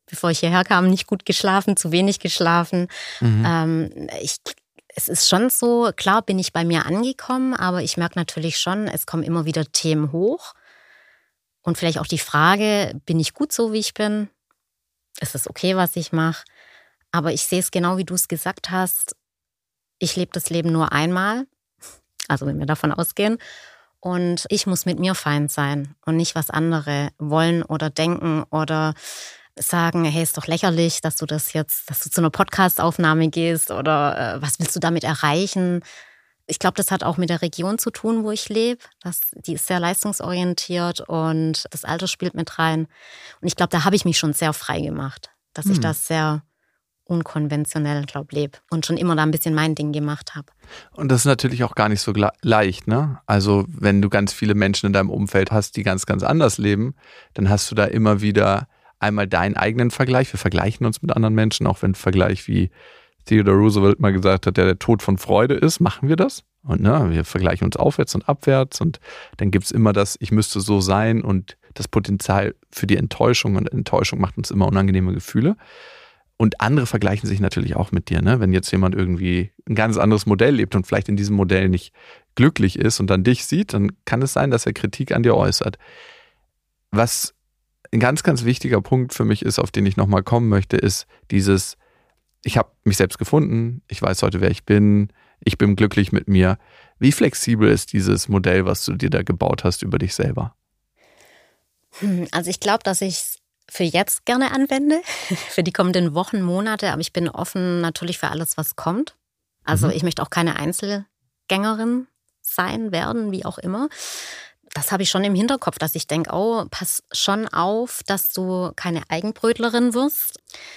bevor ich hierher kam, nicht gut geschlafen, zu wenig geschlafen. Mhm. Ähm, ich, es ist schon so, klar bin ich bei mir angekommen, aber ich merke natürlich schon, es kommen immer wieder Themen hoch. Und vielleicht auch die Frage, bin ich gut so, wie ich bin? Ist es okay, was ich mache? Aber ich sehe es genau, wie du es gesagt hast. Ich lebe das Leben nur einmal, also wenn wir davon ausgehen. Und ich muss mit mir fein sein und nicht, was andere wollen oder denken oder sagen, hey, ist doch lächerlich, dass du das jetzt, dass du zu einer Podcast-Aufnahme gehst oder äh, was willst du damit erreichen? Ich glaube, das hat auch mit der Region zu tun, wo ich lebe. Das, die ist sehr leistungsorientiert und das Alter spielt mit rein. Und ich glaube, da habe ich mich schon sehr frei gemacht, dass ich Hm. das sehr unkonventionell, glaube lebe und schon immer da ein bisschen mein Ding gemacht habe. Und das ist natürlich auch gar nicht so gle- leicht, ne? Also wenn du ganz viele Menschen in deinem Umfeld hast, die ganz, ganz anders leben, dann hast du da immer wieder einmal deinen eigenen Vergleich. Wir vergleichen uns mit anderen Menschen, auch wenn Vergleich, wie Theodore Roosevelt mal gesagt hat, der der Tod von Freude ist, machen wir das. Und ne, wir vergleichen uns aufwärts und abwärts und dann gibt es immer das, ich müsste so sein und das Potenzial für die Enttäuschung und Enttäuschung macht uns immer unangenehme Gefühle. Und andere vergleichen sich natürlich auch mit dir, ne? Wenn jetzt jemand irgendwie ein ganz anderes Modell lebt und vielleicht in diesem Modell nicht glücklich ist und dann dich sieht, dann kann es sein, dass er Kritik an dir äußert. Was ein ganz, ganz wichtiger Punkt für mich ist, auf den ich nochmal kommen möchte, ist dieses, ich habe mich selbst gefunden, ich weiß heute, wer ich bin, ich bin glücklich mit mir. Wie flexibel ist dieses Modell, was du dir da gebaut hast über dich selber? Also ich glaube, dass ich es für jetzt gerne anwende, für die kommenden Wochen, Monate, aber ich bin offen natürlich für alles, was kommt. Also Mhm. ich möchte auch keine Einzelgängerin sein, werden, wie auch immer. Das habe ich schon im Hinterkopf, dass ich denke, oh, pass schon auf, dass du keine Eigenbrötlerin wirst.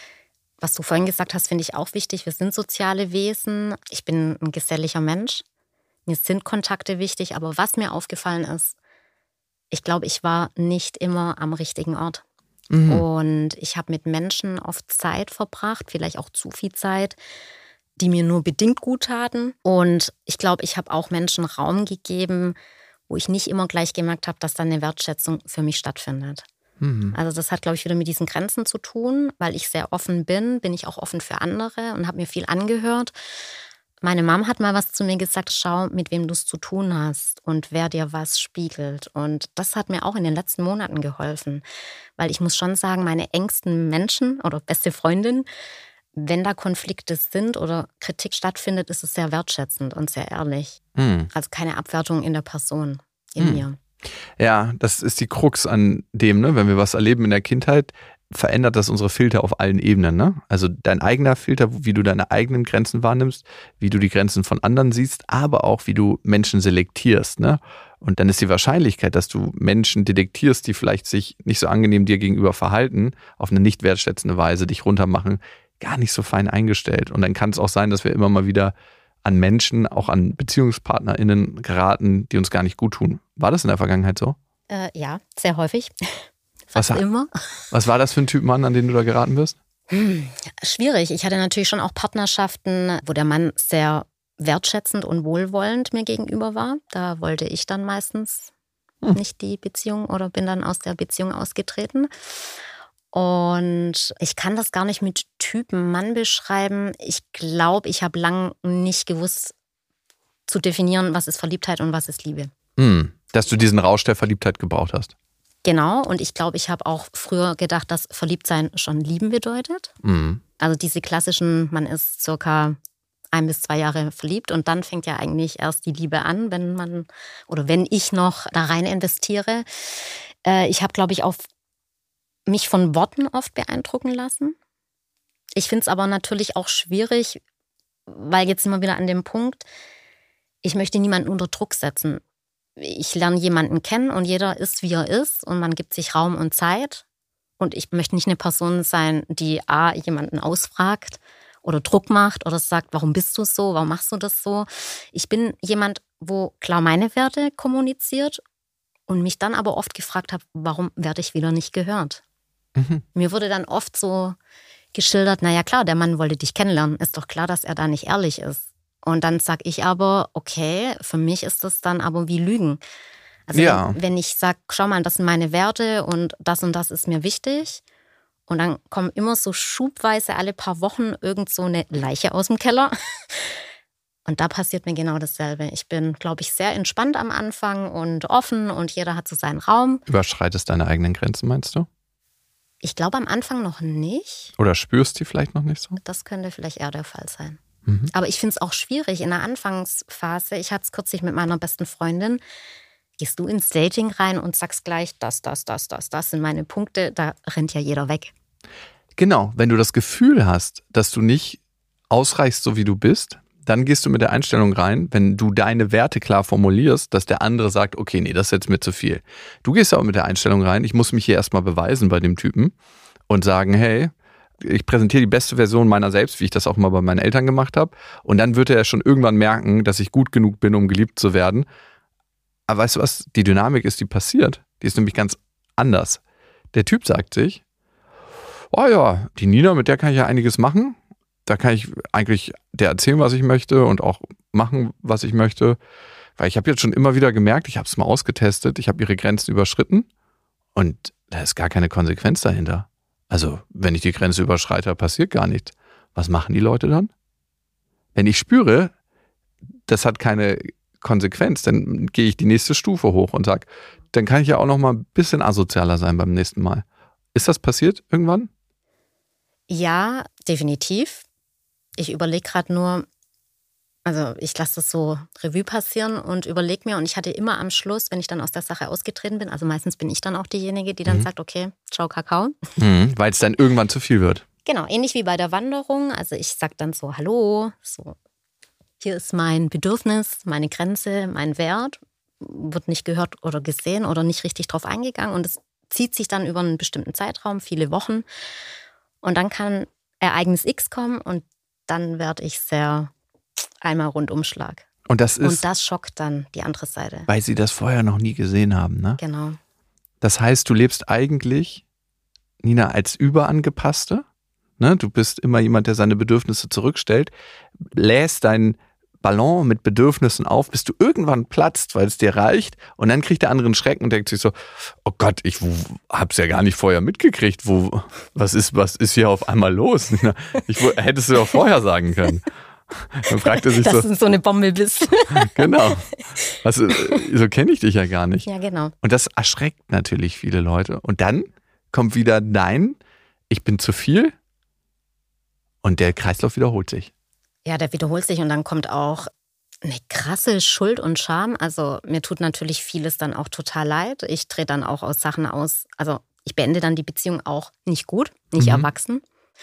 Was du vorhin gesagt hast, finde ich auch wichtig. Wir sind soziale Wesen. Ich bin ein geselliger Mensch. Mir sind Kontakte wichtig, aber was mir aufgefallen ist, ich glaube, ich war nicht immer am richtigen Ort. Mhm. Und ich habe mit Menschen oft Zeit verbracht, vielleicht auch zu viel Zeit, die mir nur bedingt gut taten. Und ich glaube, ich habe auch Menschen Raum gegeben, wo ich nicht immer gleich gemerkt habe, dass da eine Wertschätzung für mich stattfindet. Mhm. Also das hat, glaube ich, wieder mit diesen Grenzen zu tun, weil ich sehr offen bin, bin ich auch offen für andere und habe mir viel angehört. Meine Mom hat mal was zu mir gesagt, schau, mit wem du es zu tun hast und wer dir was spiegelt. Und das hat mir auch in den letzten Monaten geholfen, weil ich muss schon sagen, meine engsten Menschen oder beste Freundin, wenn da Konflikte sind oder Kritik stattfindet, ist es sehr wertschätzend und sehr ehrlich. Mhm. Also keine Abwertung in der Person, in Mhm. mir. Ja, das ist die Krux an dem, ne? Wenn wir was erleben in der Kindheit, verändert das unsere Filter auf allen Ebenen, ne? Also dein eigener Filter, wie du deine eigenen Grenzen wahrnimmst, wie du die Grenzen von anderen siehst, aber auch wie du Menschen selektierst, ne? Und dann ist die Wahrscheinlichkeit, dass du Menschen detektierst, die vielleicht sich nicht so angenehm dir gegenüber verhalten, auf eine nicht wertschätzende Weise dich runtermachen, gar nicht so fein eingestellt. Und dann kann es auch sein, dass wir immer mal wieder an Menschen, auch an BeziehungspartnerInnen geraten, die uns gar nicht gut tun. War das in der Vergangenheit so? Äh, ja, sehr häufig. Was, Fast immer. was war das für ein Typ Mann, an den du da geraten bist? Hm, schwierig. Ich hatte natürlich schon auch Partnerschaften, wo der Mann sehr wertschätzend und wohlwollend mir gegenüber war. Da wollte ich dann meistens Hm. nicht die Beziehung oder bin dann aus der Beziehung ausgetreten. Und ich kann das gar nicht mit Typen Mann beschreiben. Ich glaube, ich habe lang nicht gewusst zu definieren, was ist Verliebtheit und was ist Liebe. Hm. Dass du diesen Rausch der Verliebtheit gebraucht hast. Genau, und ich glaube, ich habe auch früher gedacht, dass Verliebtsein schon Lieben bedeutet. Hm. Also diese klassischen, man ist circa ein bis zwei Jahre verliebt und dann fängt ja eigentlich erst die Liebe an, wenn man oder wenn ich noch da rein investiere. Äh, ich habe, glaube ich, auf mich von Worten oft beeindrucken lassen. Ich finde es aber natürlich auch schwierig, weil jetzt sind wir wieder an dem Punkt, ich möchte niemanden unter Druck setzen. Ich lerne jemanden kennen und jeder ist, wie er ist und man gibt sich Raum und Zeit. Und ich möchte nicht eine Person sein, die A, jemanden ausfragt oder Druck macht oder sagt, warum bist du so, warum machst du das so. Ich bin jemand, wo klar meine Werte kommuniziert und mich dann aber oft gefragt habe, warum werde ich wieder nicht gehört. Mhm. Mir wurde dann oft so geschildert, naja klar, der Mann wollte dich kennenlernen, ist doch klar, dass er da nicht ehrlich ist. Und dann sage ich aber, okay, für mich ist das dann aber wie Lügen. Also Ja. wenn, wenn ich sage, schau mal, das sind meine Werte und das und das ist mir wichtig Und dann kommen immer so schubweise alle paar Wochen irgend so eine Leiche aus dem Keller. Und da passiert mir genau dasselbe. Ich bin, glaube ich, sehr entspannt am Anfang und offen und jeder hat so seinen Raum. Überschreitest deine eigenen Grenzen, meinst du? Ich glaube am Anfang noch nicht. Oder spürst du die vielleicht noch nicht so? Das könnte vielleicht eher der Fall sein. Mhm. Aber ich finde es auch schwierig in der Anfangsphase. Ich hatte es kürzlich mit meiner besten Freundin. Gehst du ins Dating rein und sagst gleich, das, das, das, das, das sind meine Punkte, da rennt ja jeder weg. Genau, wenn du das Gefühl hast, dass du nicht ausreichst, so wie du bist, dann gehst du mit der Einstellung rein, wenn du deine Werte klar formulierst, dass der andere sagt, okay, nee, das ist jetzt mir zu viel. Du gehst aber mit der Einstellung rein, ich muss mich hier erstmal beweisen bei dem Typen und sagen, hey, ich präsentiere die beste Version meiner selbst, wie ich das auch mal bei meinen Eltern gemacht habe. Und dann wird er schon irgendwann merken, dass ich gut genug bin, um geliebt zu werden. Aber weißt du was, die Dynamik ist, die passiert. Die ist nämlich ganz anders. Der Typ sagt sich, oh ja, die Nina, mit der kann ich ja einiges machen. Da kann ich eigentlich der erzählen, was ich möchte und auch machen, was ich möchte. Weil ich habe jetzt schon immer wieder gemerkt, ich habe es mal ausgetestet, ich habe ihre Grenzen überschritten und da ist gar keine Konsequenz dahinter. Also, wenn ich die Grenze überschreite, passiert gar nichts. Was machen die Leute dann? Wenn ich spüre, das hat keine Konsequenz, dann gehe ich die nächste Stufe hoch und sage, dann kann ich ja auch noch mal ein bisschen asozialer sein beim nächsten Mal. Ist das passiert irgendwann? Ja, definitiv. Ich überlege gerade nur, also ich lasse das so Revue passieren und überlege mir, und ich hatte immer am Schluss, wenn ich dann aus der Sache ausgetreten bin, also meistens bin ich dann auch diejenige, die dann mhm. sagt, okay, ciao Kakao. Mhm, weil es dann irgendwann zu viel wird. Genau, ähnlich wie bei der Wanderung. Also ich sage dann so, hallo, so, hier ist mein Bedürfnis, meine Grenze, mein Wert, wird nicht gehört oder gesehen oder nicht richtig drauf eingegangen und es zieht sich dann über einen bestimmten Zeitraum, viele Wochen. Und dann kann Ereignis X kommen und dann werde ich sehr einmal Rundumschlag. Und das ist, und das schockt dann die andere Seite. Weil sie das vorher noch nie gesehen haben, ne? Genau. Das heißt, du lebst eigentlich, Nina, als Überangepasste. Ne? Du bist immer jemand, der seine Bedürfnisse zurückstellt, bläst deinen Ballon mit Bedürfnissen auf, bis du irgendwann platzt, weil es dir reicht. Und dann kriegt der andere einen Schrecken und denkt sich so, oh Gott, ich hab's ja gar nicht vorher mitgekriegt. Wo, was ist, was ist hier auf einmal los? Ich, hättest du doch vorher sagen können. Dann fragt er sich Dass so, du so eine Bombe bist. Genau. Also, so kenne ich dich ja gar nicht. Ja, genau. Und das erschreckt natürlich viele Leute. Und dann kommt wieder nein, ich bin zu viel. Und der Kreislauf wiederholt sich. Ja, der wiederholt sich und dann kommt auch eine krasse Schuld und Scham. Also mir tut natürlich vieles dann auch total leid. Ich drehe dann auch aus Sachen aus, also ich beende dann die Beziehung auch nicht gut, nicht mhm. erwachsen.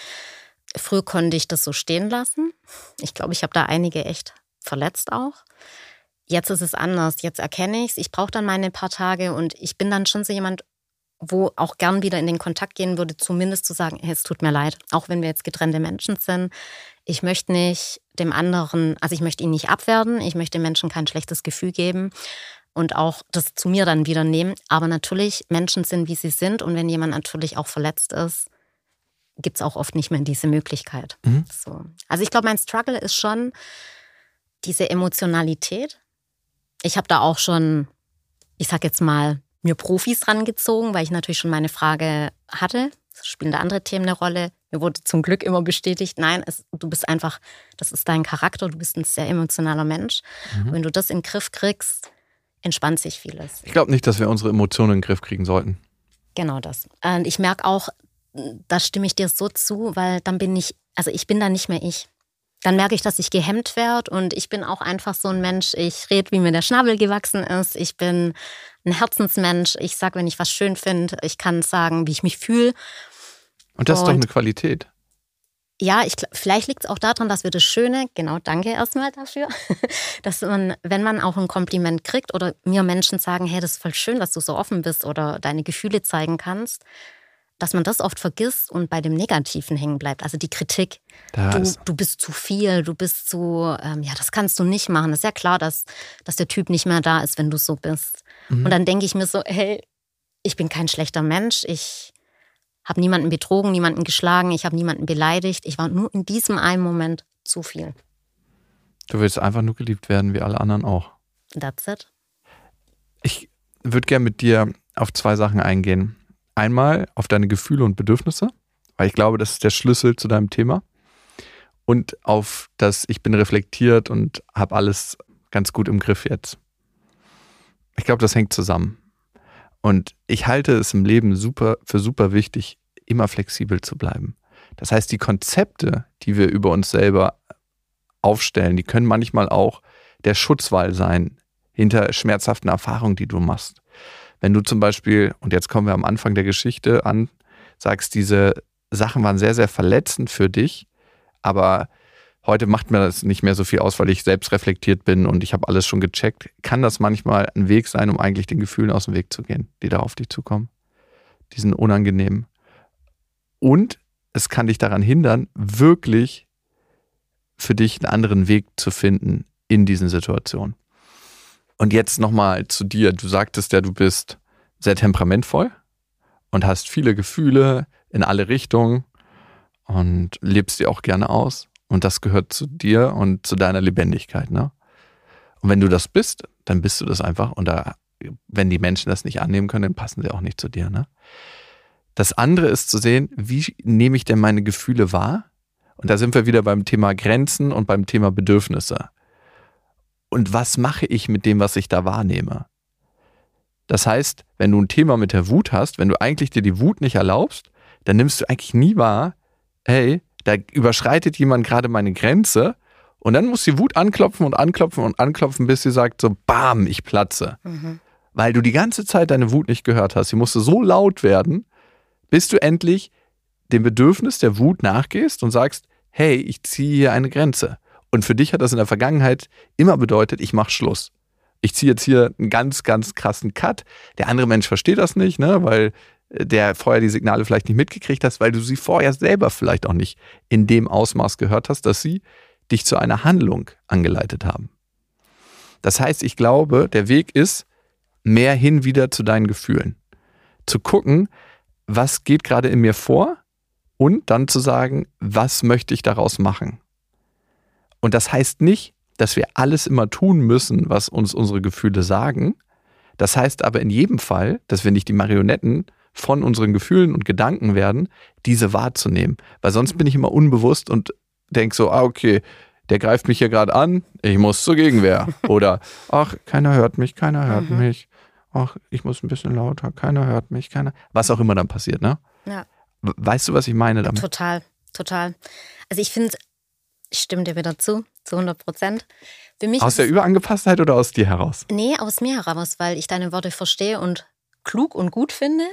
Früher konnte ich das so stehen lassen. Ich glaube, ich habe da einige echt verletzt auch. Jetzt ist es anders. Jetzt erkenne ich es. Ich brauche dann meine paar Tage und ich bin dann schon so jemand, wo auch gern wieder in den Kontakt gehen würde, zumindest zu sagen, hey, es tut mir leid, auch wenn wir jetzt getrennte Menschen sind. Ich möchte nicht dem anderen, also ich möchte ihn nicht abwerten, ich möchte dem Menschen kein schlechtes Gefühl geben und auch das zu mir dann wieder nehmen. Aber natürlich, Menschen sind, wie sie sind und wenn jemand natürlich auch verletzt ist, gibt es auch oft nicht mehr diese Möglichkeit. Mhm. So. Also ich glaube, mein Struggle ist schon diese Emotionalität. Ich habe da auch schon, ich sag jetzt mal, mir Profis rangezogen, weil ich natürlich schon meine Frage hatte. Es spielen da andere Themen eine Rolle. Mir wurde zum Glück immer bestätigt, nein, es, du bist einfach, das ist dein Charakter, du bist ein sehr emotionaler Mensch. Mhm. Wenn du das in den Griff kriegst, entspannt sich vieles. Ich glaube nicht, dass wir unsere Emotionen in den Griff kriegen sollten. Genau das. Und ich merke auch, da stimme ich dir so zu, weil dann bin ich, also ich bin dann nicht mehr ich. Dann merke ich, dass ich gehemmt werde und ich bin auch einfach so ein Mensch, ich rede, wie mir der Schnabel gewachsen ist. Ich bin ein Herzensmensch. Ich sage, wenn ich was schön finde, ich kann sagen, wie ich mich fühle. Und das und, ist doch eine Qualität. Ja, ich, vielleicht liegt es auch daran, dass wir das Schöne, genau, danke erstmal dafür, dass man, wenn man auch ein Kompliment kriegt oder mir Menschen sagen, hey, das ist voll schön, dass du so offen bist oder deine Gefühle zeigen kannst, dass man das oft vergisst und bei dem Negativen hängen bleibt. Also die Kritik, du, du bist zu viel, du bist zu, ähm, ja, das kannst du nicht machen. Das ist ja klar, dass, dass der Typ nicht mehr da ist, wenn du so bist. Mhm. Und dann denke ich mir so, hey, ich bin kein schlechter Mensch, ich habe niemanden betrogen, niemanden geschlagen, ich habe niemanden beleidigt. Ich war nur in diesem einen Moment zu viel. Du willst einfach nur geliebt werden, wie alle anderen auch. That's it. Ich würde gerne mit dir auf zwei Sachen eingehen. Einmal auf deine Gefühle und Bedürfnisse weil ich glaube, das ist der Schlüssel zu deinem Thema. Und auf das, ich bin reflektiert und habe alles ganz gut im Griff jetzt. Ich glaube, das hängt zusammen. Und ich halte es im Leben super für super wichtig, immer flexibel zu bleiben. Das heißt, die Konzepte, die wir über uns selber aufstellen, die können manchmal auch der Schutzwall sein hinter schmerzhaften Erfahrungen, die du machst. Wenn du zum Beispiel, und jetzt kommen wir am Anfang der Geschichte an, sagst, diese Sachen waren sehr, sehr verletzend für dich, aber heute macht mir das nicht mehr so viel aus, weil ich selbst reflektiert bin und ich habe alles schon gecheckt, kann das manchmal ein Weg sein, um eigentlich den Gefühlen aus dem Weg zu gehen, die da auf dich zukommen. Die sind unangenehm. Und es kann dich daran hindern, wirklich für dich einen anderen Weg zu finden in diesen Situationen. Und jetzt nochmal zu dir. Du sagtest ja, du bist sehr temperamentvoll und hast viele Gefühle in alle Richtungen und lebst die auch gerne aus. Und das gehört zu dir und zu deiner Lebendigkeit, ne? Und wenn du das bist, dann bist du das einfach. Und da, wenn die Menschen das nicht annehmen können, dann passen sie auch nicht zu dir, ne? Das andere ist zu sehen, wie nehme ich denn meine Gefühle wahr? Und da sind wir wieder beim Thema Grenzen und beim Thema Bedürfnisse. Und was mache ich mit dem, was ich da wahrnehme? Das heißt, wenn du ein Thema mit der Wut hast, wenn du eigentlich dir die Wut nicht erlaubst, dann nimmst du eigentlich nie wahr, hey, da überschreitet jemand gerade meine Grenze und dann muss die Wut anklopfen und anklopfen und anklopfen, bis sie sagt so, bam, ich platze. Mhm. Weil du die ganze Zeit deine Wut nicht gehört hast. Sie musste so laut werden, bis du endlich dem Bedürfnis der Wut nachgehst und sagst, hey, ich ziehe hier eine Grenze. Und für dich hat das in der Vergangenheit immer bedeutet, ich mache Schluss. Ich ziehe jetzt hier einen ganz, ganz krassen Cut. Der andere Mensch versteht das nicht, ne, weil der vorher die Signale vielleicht nicht mitgekriegt hast, weil du sie vorher selber vielleicht auch nicht in dem Ausmaß gehört hast, dass sie dich zu einer Handlung angeleitet haben. Das heißt, ich glaube, der Weg ist, mehr hin wieder zu deinen Gefühlen. Zu gucken, was geht gerade in mir vor und dann zu sagen, was möchte ich daraus machen. Und das heißt nicht, dass wir alles immer tun müssen, was uns unsere Gefühle sagen. Das heißt aber in jedem Fall, dass wir nicht die Marionetten von unseren Gefühlen und Gedanken werden, diese wahrzunehmen. Weil sonst bin ich immer unbewusst und denke so, ah okay, der greift mich hier gerade an, ich muss zur Gegenwehr. Oder, ach, keiner hört mich, keiner hört mhm. mich. Ach, ich muss ein bisschen lauter, keiner hört mich, keiner. Was auch immer dann passiert, ne? Ja. Weißt du, was ich meine damit? Total, total. Also ich finde, ich stimme dir wieder zu, zu hundert Prozent. Für mich aus der Überangepasstheit oder aus dir heraus? Nee, aus mir heraus, weil ich deine Worte verstehe und klug und gut finde.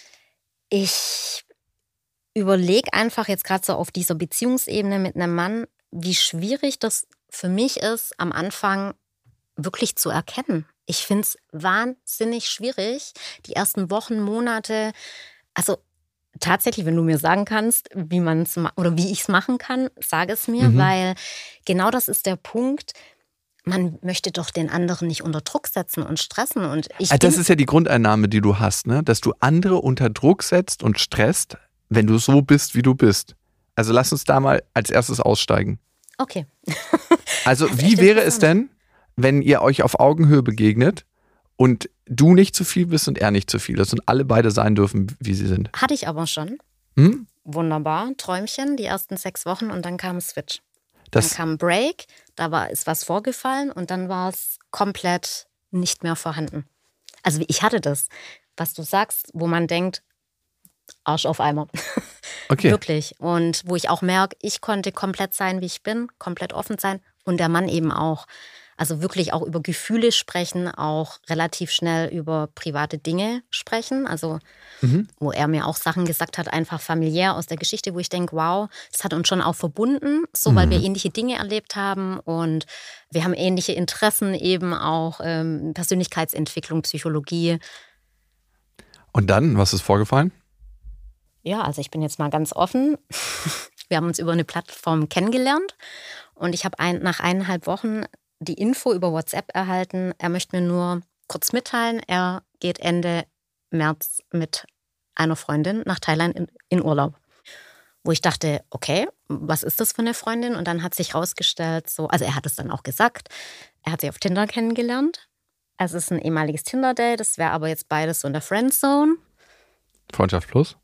Ich überlege einfach jetzt gerade so auf dieser Beziehungsebene mit einem Mann, wie schwierig das für mich ist, am Anfang wirklich zu erkennen. Ich finde es wahnsinnig schwierig, die ersten Wochen, Monate, also tatsächlich, wenn du mir sagen kannst, wie man es oder wie ich es machen kann, sage es mir, mhm. weil genau das ist der Punkt. Man möchte doch den anderen nicht unter Druck setzen und stressen. Und ich also das ist ja die Grundeinnahme, die du hast, ne? Dass du andere unter Druck setzt und stresst, wenn du so bist, wie du bist. Also lass uns da mal als erstes aussteigen. Okay. Also wie wäre es denn, wenn ihr euch auf Augenhöhe begegnet und du nicht zu viel bist und er nicht zu viel ist und alle beide sein dürfen, wie sie sind? Hatte ich aber schon. Hm? Wunderbar. Träumchen, die ersten sechs Wochen und dann kam ein Switch. Das dann kam ein Break, da war, ist was vorgefallen und dann war es komplett nicht mehr vorhanden. Also ich hatte das, was du sagst, wo man denkt, Arsch auf Eimer. Okay. Wirklich. Und wo ich auch merke, ich konnte komplett sein, wie ich bin, komplett offen sein und der Mann eben auch. Also wirklich auch über Gefühle sprechen, auch relativ schnell über private Dinge sprechen. Also mhm. wo er mir auch Sachen gesagt hat, einfach familiär aus der Geschichte, wo ich denke, wow, das hat uns schon auch verbunden, so weil mhm. wir ähnliche Dinge erlebt haben und wir haben ähnliche Interessen eben auch, ähm, Persönlichkeitsentwicklung, Psychologie. Und dann, was ist vorgefallen? Ja, also ich bin jetzt mal ganz offen. Wir haben uns über eine Plattform kennengelernt und ich habe ein, nach eineinhalb Wochen die Info über WhatsApp erhalten, er möchte mir nur kurz mitteilen, er geht Ende März mit einer Freundin nach Thailand in, in Urlaub. Wo ich dachte, okay, was ist das für eine Freundin? Und dann hat sich rausgestellt, so, also er hat es dann auch gesagt, er hat sie auf Tinder kennengelernt. Es ist ein ehemaliges Tinder-Date, das wäre aber jetzt beides so in der Friendzone. Freundschaft plus?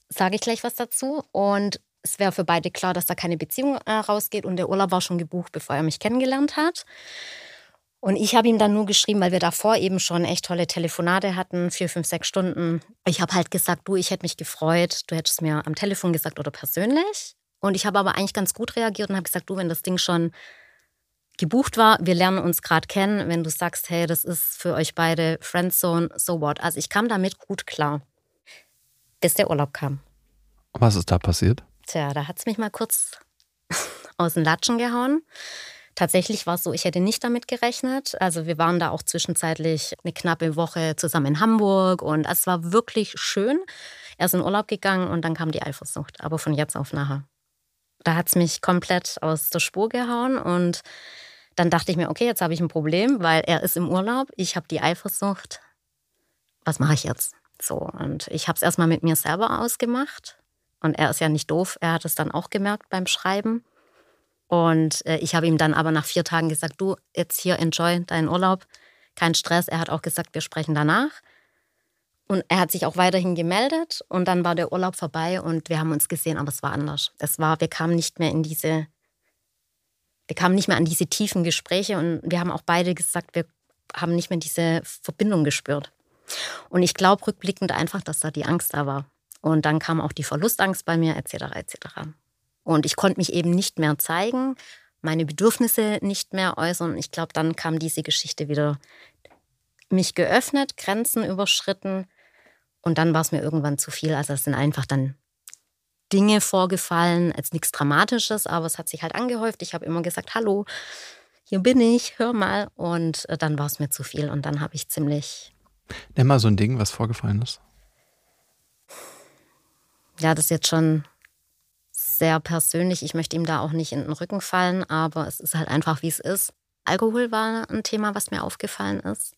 sage ich gleich was dazu. Und es wäre für beide klar, dass da keine Beziehung äh, rausgeht. Und der Urlaub war schon gebucht, bevor er mich kennengelernt hat. Und ich habe ihm dann nur geschrieben, weil wir davor eben schon echt tolle Telefonate hatten, vier, fünf, sechs Stunden. Ich habe halt gesagt, du, ich hätte mich gefreut, du hättest mir am Telefon gesagt oder persönlich. Und ich habe aber eigentlich ganz gut reagiert und habe gesagt, du, wenn das Ding schon gebucht war, wir lernen uns gerade kennen, wenn du sagst, hey, das ist für euch beide Friendzone, so what. Also ich kam damit gut klar, bis der Urlaub kam. Was ist da passiert? Tja, da hat es mich mal kurz aus den Latschen gehauen. Tatsächlich war es so, ich hätte nicht damit gerechnet. Also wir waren da auch zwischenzeitlich eine knappe Woche zusammen in Hamburg und es war wirklich schön. Er ist in Urlaub gegangen und dann kam die Eifersucht, aber von jetzt auf nachher. Da hat es mich komplett aus der Spur gehauen und dann dachte ich mir, okay, jetzt habe ich ein Problem, weil er ist im Urlaub, ich habe die Eifersucht. Was mache ich jetzt? So, und ich habe es erstmal mit mir selber ausgemacht und er ist ja nicht doof, er hat es dann auch gemerkt beim Schreiben. Und ich habe ihm dann aber nach vier Tagen gesagt, du, jetzt hier, enjoy deinen Urlaub, kein Stress. Er hat auch gesagt, wir sprechen danach. Und er hat sich auch weiterhin gemeldet und dann war der Urlaub vorbei und wir haben uns gesehen, aber es war anders. Es war, wir kamen nicht mehr in diese, wir kamen nicht mehr an diese tiefen Gespräche und wir haben auch beide gesagt, wir haben nicht mehr diese Verbindung gespürt. Und ich glaube rückblickend einfach, dass da die Angst da war. Und dann kam auch die Verlustangst bei mir, et cetera et cetera. Und ich konnte mich eben nicht mehr zeigen, meine Bedürfnisse nicht mehr äußern. Ich glaube, dann kam diese Geschichte wieder, mich geöffnet, Grenzen überschritten. Und dann war es mir irgendwann zu viel. Also es sind einfach dann Dinge vorgefallen, jetzt nichts Dramatisches, aber es hat sich halt angehäuft. Ich habe immer gesagt, hallo, hier bin ich, hör mal. Und dann war es mir zu viel und dann habe ich ziemlich... Nenn mal so ein Ding, was vorgefallen ist. Ja, das ist jetzt schon... sehr persönlich. Ich möchte ihm da auch nicht in den Rücken fallen, aber es ist halt einfach, wie es ist. Alkohol war ein Thema, was mir aufgefallen ist.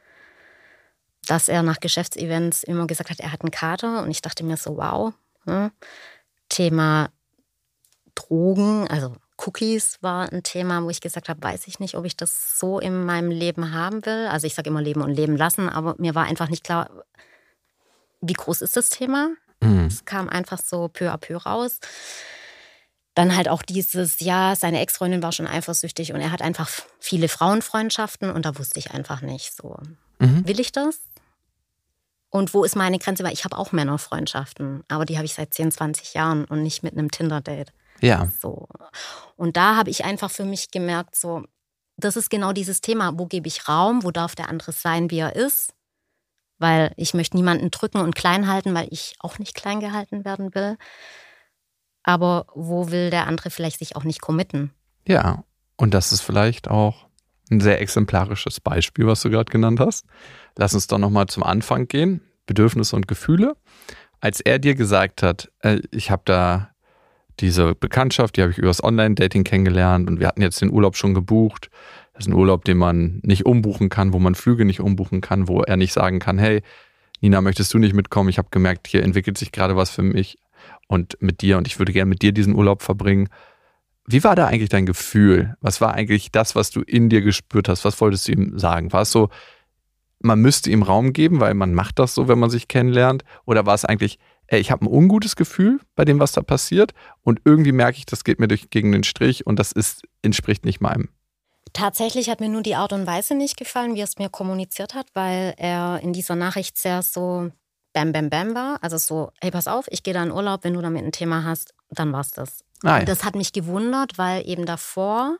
Dass er nach Geschäftsevents immer gesagt hat, er hat einen Kater und ich dachte mir so, wow. Hm. Thema Drogen, also Cookies war ein Thema, wo ich gesagt habe, weiß ich nicht, ob ich das so in meinem Leben haben will. Also ich sage immer leben und leben lassen, aber mir war einfach nicht klar, wie groß ist das Thema? Es kam einfach so peu à peu raus. Dann halt auch dieses, ja, seine Ex-Freundin war schon eifersüchtig und er hat einfach viele Frauenfreundschaften und da wusste ich einfach nicht so, mhm. will ich das? Und wo ist meine Grenze? Weil ich habe auch Männerfreundschaften, aber die habe ich seit zehn, zwanzig Jahren und nicht mit einem Tinder-Date. Ja. So. Und da habe ich einfach für mich gemerkt, so, das ist genau dieses Thema, wo gebe ich Raum, wo darf der andere sein, wie er ist? Weil ich möchte niemanden drücken und klein halten, weil ich auch nicht klein gehalten werden will. Aber wo will der andere vielleicht sich auch nicht committen? Ja, und das ist vielleicht auch ein sehr exemplarisches Beispiel, was du gerade genannt hast. Lass uns doch nochmal zum Anfang gehen. Bedürfnisse und Gefühle. Als er dir gesagt hat, äh, ich habe da diese Bekanntschaft, die habe ich übers Online-Dating kennengelernt und wir hatten jetzt den Urlaub schon gebucht. Das ist ein Urlaub, den man nicht umbuchen kann, wo man Flüge nicht umbuchen kann, wo er nicht sagen kann, hey, Nina, möchtest du nicht mitkommen? Ich habe gemerkt, hier entwickelt sich gerade was für mich und mit dir und ich würde gerne mit dir diesen Urlaub verbringen. Wie war da eigentlich dein Gefühl? Was war eigentlich das, was du in dir gespürt hast? Was wolltest du ihm sagen? War es so, man müsste ihm Raum geben, weil man macht das so, wenn man sich kennenlernt? Oder war es eigentlich, ey, ich habe ein ungutes Gefühl bei dem, was da passiert und irgendwie merke ich, das geht mir durch, gegen den Strich und das ist, entspricht nicht meinem? Tatsächlich hat mir nur die Art und Weise nicht gefallen, wie er es mir kommuniziert hat, weil er in dieser Nachricht sehr so bam, bam, bam war. Also so, hey, pass auf, ich gehe da in Urlaub, wenn du damit ein Thema hast, dann war's das. Ah, ja. Das hat mich gewundert, weil eben davor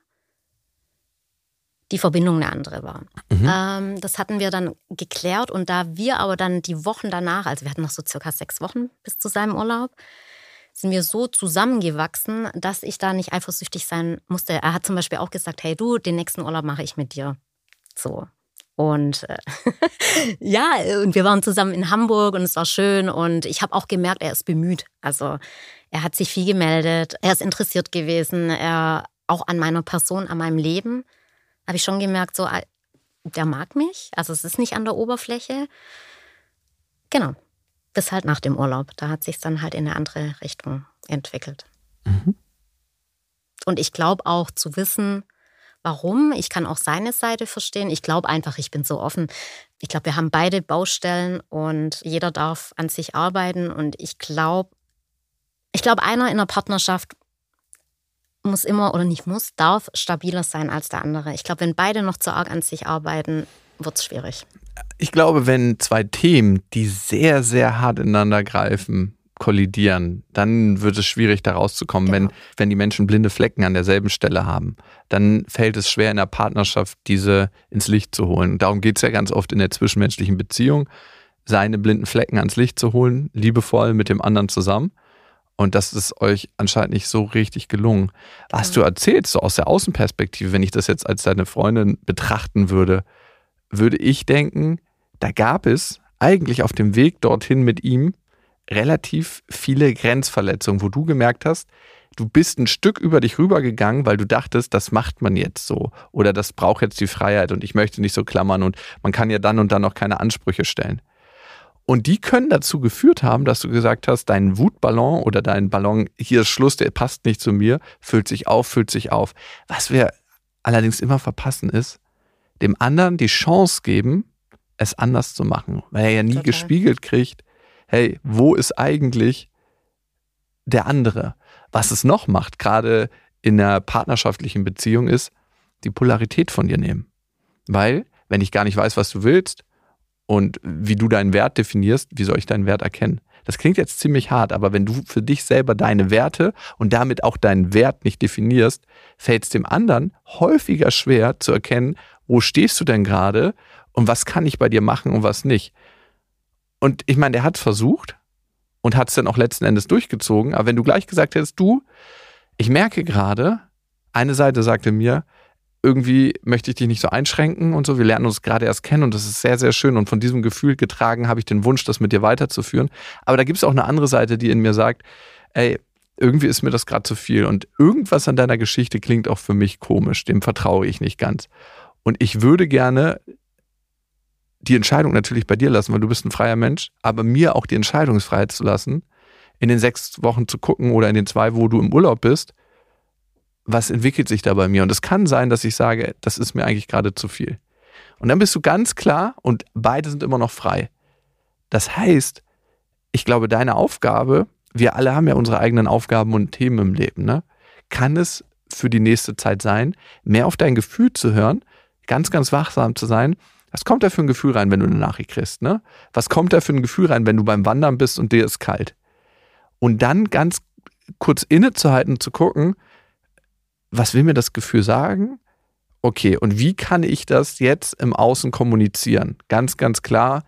die Verbindung eine andere war. Mhm. Ähm, das hatten wir dann geklärt und da wir aber dann die Wochen danach, also wir hatten noch so circa sechs Wochen bis zu seinem Urlaub, sind wir so zusammengewachsen, dass ich da nicht eifersüchtig sein musste. Er hat zum Beispiel auch gesagt, hey du, den nächsten Urlaub mache ich mit dir. So. Und äh, ja, und wir waren zusammen in Hamburg und es war schön und ich habe auch gemerkt, er ist bemüht. Also er hat sich viel gemeldet, er ist interessiert gewesen, er auch an meiner Person, an meinem Leben. Habe ich schon gemerkt, so, der mag mich. Also es ist nicht an der Oberfläche. Genau. Bis halt nach dem Urlaub. Da hat sich dann halt in eine andere Richtung entwickelt. Mhm. Und ich glaube auch zu wissen, warum. Ich kann auch seine Seite verstehen. Ich glaube einfach, ich bin so offen. Ich glaube, wir haben beide Baustellen und jeder darf an sich arbeiten. Und ich glaube, Ich glaube, einer in der Partnerschaft muss immer oder nicht muss, darf stabiler sein als der andere. Ich glaube, wenn beide noch zu arg an sich arbeiten, wird es schwierig. Ich glaube, wenn zwei Themen, die sehr, sehr hart ineinander greifen, kollidieren, dann wird es schwierig, da rauszukommen. Genau. Wenn, wenn die Menschen blinde Flecken an derselben Stelle haben, dann fällt es schwer, in der Partnerschaft diese ins Licht zu holen. Darum geht es ja ganz oft in der zwischenmenschlichen Beziehung, seine blinden Flecken ans Licht zu holen, liebevoll mit dem anderen zusammen. Und das ist euch anscheinend nicht so richtig gelungen. Was du erzählst, so aus der Außenperspektive, wenn ich das jetzt als deine Freundin betrachten würde, würde ich denken, da gab es eigentlich auf dem Weg dorthin mit ihm relativ viele Grenzverletzungen, wo du gemerkt hast, du bist ein Stück über dich rübergegangen, weil du dachtest, das macht man jetzt so oder das braucht jetzt die Freiheit und ich möchte nicht so klammern und man kann ja dann und dann auch keine Ansprüche stellen. Und die können dazu geführt haben, dass du gesagt hast, dein Wutballon oder dein Ballon, hier ist Schluss, der passt nicht zu mir, füllt sich auf, füllt sich auf. Was wir allerdings immer verpassen ist, dem anderen die Chance geben, es anders zu machen. Weil er ja nie Total. gespiegelt kriegt, hey, wo ist eigentlich der andere? Was es noch macht, gerade in einer partnerschaftlichen Beziehung, ist die Polarität von dir nehmen. Weil, wenn ich gar nicht weiß, was du willst, und wie du deinen Wert definierst, wie soll ich deinen Wert erkennen? Das klingt jetzt ziemlich hart, aber wenn du für dich selber deine Werte und damit auch deinen Wert nicht definierst, fällt es dem anderen häufiger schwer zu erkennen, wo stehst du denn gerade und was kann ich bei dir machen und was nicht. Und ich meine, der hat es versucht und hat es dann auch letzten Endes durchgezogen, aber wenn du gleich gesagt hättest, du, ich merke gerade, eine Seite sagte mir, irgendwie möchte ich dich nicht so einschränken und so. Wir lernen uns gerade erst kennen und das ist sehr, sehr schön. Und von diesem Gefühl getragen habe ich den Wunsch, das mit dir weiterzuführen. Aber da gibt es auch eine andere Seite, die in mir sagt, ey, irgendwie ist mir das gerade zu viel. Und irgendwas an deiner Geschichte klingt auch für mich komisch. Dem vertraue ich nicht ganz. Und ich würde gerne die Entscheidung natürlich bei dir lassen, weil du bist ein freier Mensch, aber mir auch die Entscheidungsfreiheit zu lassen, in den sechs Wochen zu gucken oder in den zwei, wo du im Urlaub bist, was entwickelt sich da bei mir? Und es kann sein, dass ich sage, das ist mir eigentlich gerade zu viel. Und dann bist du ganz klar und beide sind immer noch frei. Das heißt, ich glaube, deine Aufgabe, wir alle haben ja unsere eigenen Aufgaben und Themen im Leben, ne? Kann es für die nächste Zeit sein, mehr auf dein Gefühl zu hören, ganz, ganz wachsam zu sein. Was kommt da für ein Gefühl rein, wenn du eine Nachricht kriegst, ne? Was kommt da für ein Gefühl rein, wenn du beim Wandern bist und dir ist kalt? Und dann ganz kurz innezuhalten und zu gucken, was will mir das Gefühl sagen? Okay, und wie kann ich das jetzt im Außen kommunizieren? Ganz, ganz klar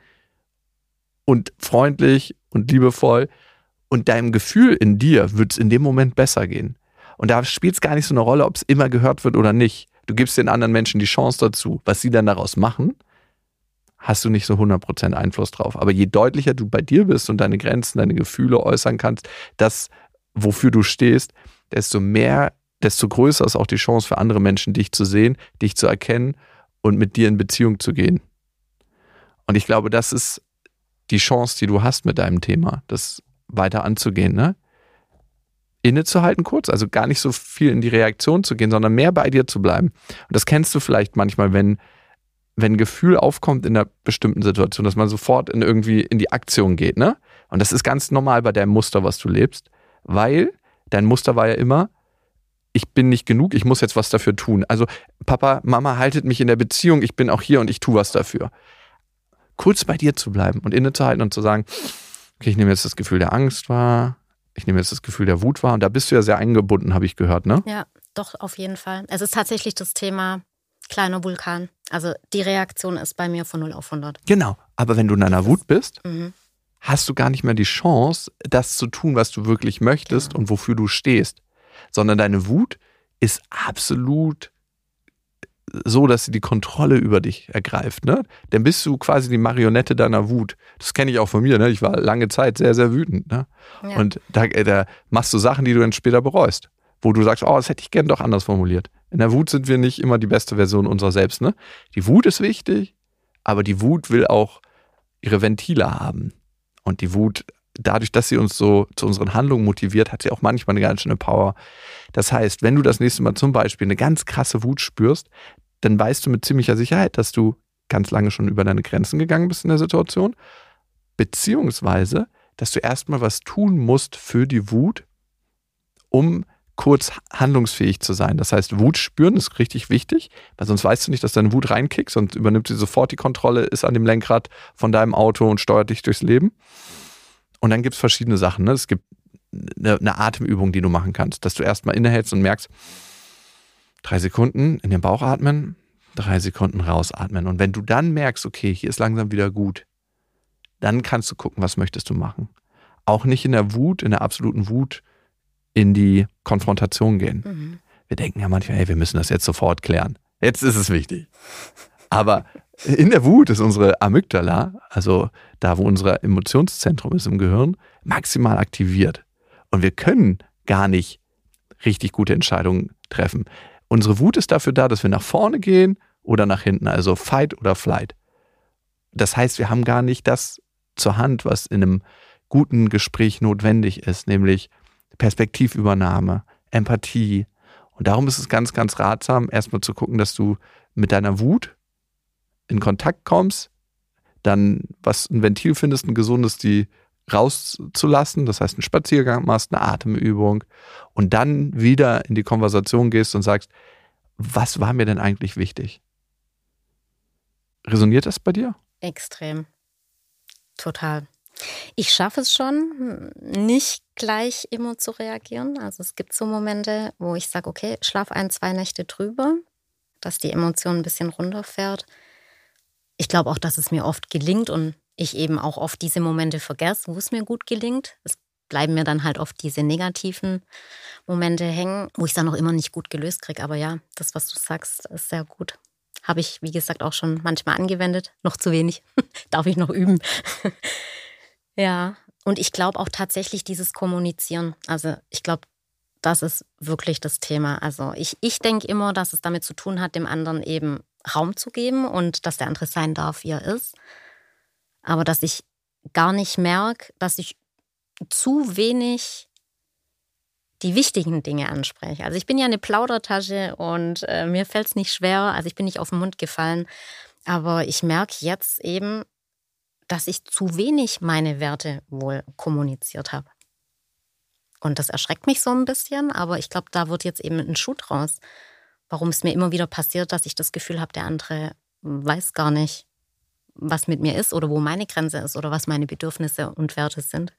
und freundlich und liebevoll. Und deinem Gefühl in dir wird es in dem Moment besser gehen. Und da spielt es gar nicht so eine Rolle, ob es immer gehört wird oder nicht. Du gibst den anderen Menschen die Chance dazu. Was sie dann daraus machen, hast du nicht so hundert Prozent Einfluss drauf. Aber je deutlicher du bei dir bist und deine Grenzen, deine Gefühle äußern kannst, das, wofür du stehst, desto mehr desto größer ist auch die Chance für andere Menschen, dich zu sehen, dich zu erkennen und mit dir in Beziehung zu gehen. Und ich glaube, das ist die Chance, die du hast mit deinem Thema, das weiter anzugehen, ne? Innezuhalten kurz, also gar nicht so viel in die Reaktion zu gehen, sondern mehr bei dir zu bleiben. Und das kennst du vielleicht manchmal, wenn, wenn ein Gefühl aufkommt in einer bestimmten Situation, dass man sofort in irgendwie in die Aktion geht, ne? Und das ist ganz normal bei deinem Muster, was du lebst, weil dein Muster war ja immer, ich bin nicht genug, ich muss jetzt was dafür tun. Also Papa, Mama haltet mich in der Beziehung, ich bin auch hier und ich tue was dafür. Kurz bei dir zu bleiben und innezuhalten und zu sagen, okay, ich nehme jetzt das Gefühl der Angst wahr, ich nehme jetzt das Gefühl der Wut wahr und da bist du ja sehr eingebunden, habe ich gehört, ne? Ja, doch, auf jeden Fall. Es ist tatsächlich das Thema kleiner Vulkan. Also die Reaktion ist bei mir von null auf hundert. Genau, aber wenn du in deiner Wut bist, mhm. hast du gar nicht mehr die Chance, das zu tun, was du wirklich möchtest genau. und wofür du stehst. Sondern deine Wut ist absolut so, dass sie die Kontrolle über dich ergreift, ne? Dann bist du quasi die Marionette deiner Wut. Das kenne ich auch von mir, ne? Ich war lange Zeit sehr, sehr wütend, ne? Ja. Und da, da machst du Sachen, die du dann später bereust. Wo du sagst, oh, das hätte ich gern doch anders formuliert. In der Wut sind wir nicht immer die beste Version unserer selbst, ne? Die Wut ist wichtig, aber die Wut will auch ihre Ventile haben. Und die Wut, dadurch, dass sie uns so zu unseren Handlungen motiviert, hat sie auch manchmal eine ganz schöne Power. Das heißt, wenn du das nächste Mal zum Beispiel eine ganz krasse Wut spürst, dann weißt du mit ziemlicher Sicherheit, dass du ganz lange schon über deine Grenzen gegangen bist in der Situation, beziehungsweise, dass du erstmal was tun musst für die Wut, um kurz handlungsfähig zu sein. Das heißt, Wut spüren ist richtig wichtig, weil sonst weißt du nicht, dass deine Wut reinkickt, sonst übernimmt sie sofort die Kontrolle, ist an dem Lenkrad von deinem Auto und steuert dich durchs Leben. Und dann gibt es verschiedene Sachen. Ne? Es gibt eine, eine Atemübung, die du machen kannst, dass du erstmal innehältst und merkst, drei Sekunden in den Bauch atmen, drei Sekunden rausatmen. Und wenn du dann merkst, okay, hier ist langsam wieder gut, dann kannst du gucken, was möchtest du machen. Auch nicht in der Wut, in der absoluten Wut in die Konfrontation gehen. Mhm. Wir denken ja manchmal, hey, wir müssen das jetzt sofort klären. Jetzt ist es wichtig. Aber in der Wut ist unsere Amygdala, also da, wo unser Emotionszentrum ist im Gehirn, maximal aktiviert. Und wir können gar nicht richtig gute Entscheidungen treffen. Unsere Wut ist dafür da, dass wir nach vorne gehen oder nach hinten, also Fight oder Flight. Das heißt, wir haben gar nicht das zur Hand, was in einem guten Gespräch notwendig ist, nämlich Perspektivübernahme, Empathie. Und darum ist es ganz, ganz ratsam, erstmal zu gucken, dass du mit deiner Wut in Kontakt kommst, dann was ein Ventil findest, ein gesundes, die rauszulassen, das heißt einen Spaziergang machst, eine Atemübung und dann wieder in die Konversation gehst und sagst, was war mir denn eigentlich wichtig? Resoniert das bei dir? Extrem. Total. Ich schaffe es schon, nicht gleich immer zu reagieren. Also es gibt so Momente, wo ich sage, okay, schlaf ein, zwei Nächte drüber, dass die Emotion ein bisschen runterfährt. Ich glaube auch, dass es mir oft gelingt und ich eben auch oft diese Momente vergesse, wo es mir gut gelingt. Es bleiben mir dann halt oft diese negativen Momente hängen, wo ich es dann noch immer nicht gut gelöst kriege. Aber ja, das, was du sagst, ist sehr gut. Habe ich, wie gesagt, auch schon manchmal angewendet. Noch zu wenig. Darf ich noch üben. Ja, und ich glaube auch tatsächlich dieses Kommunizieren. Also ich glaube, das ist wirklich das Thema. Also ich, ich denke immer, dass es damit zu tun hat, dem anderen eben Raum zu geben und dass der andere sein darf, wie er ist. Aber dass ich gar nicht merke, dass ich zu wenig die wichtigen Dinge anspreche. Also ich bin ja eine Plaudertasche und äh, mir fällt es nicht schwer. Also ich bin nicht auf den Mund gefallen. Aber ich merke jetzt eben, dass ich zu wenig meine Werte wohl kommuniziert habe. Und das erschreckt mich so ein bisschen, aber ich glaube, da wird jetzt eben ein Schuh draus. Warum es mir immer wieder passiert, dass ich das Gefühl habe, der andere weiß gar nicht, was mit mir ist oder wo meine Grenze ist oder was meine Bedürfnisse und Werte sind.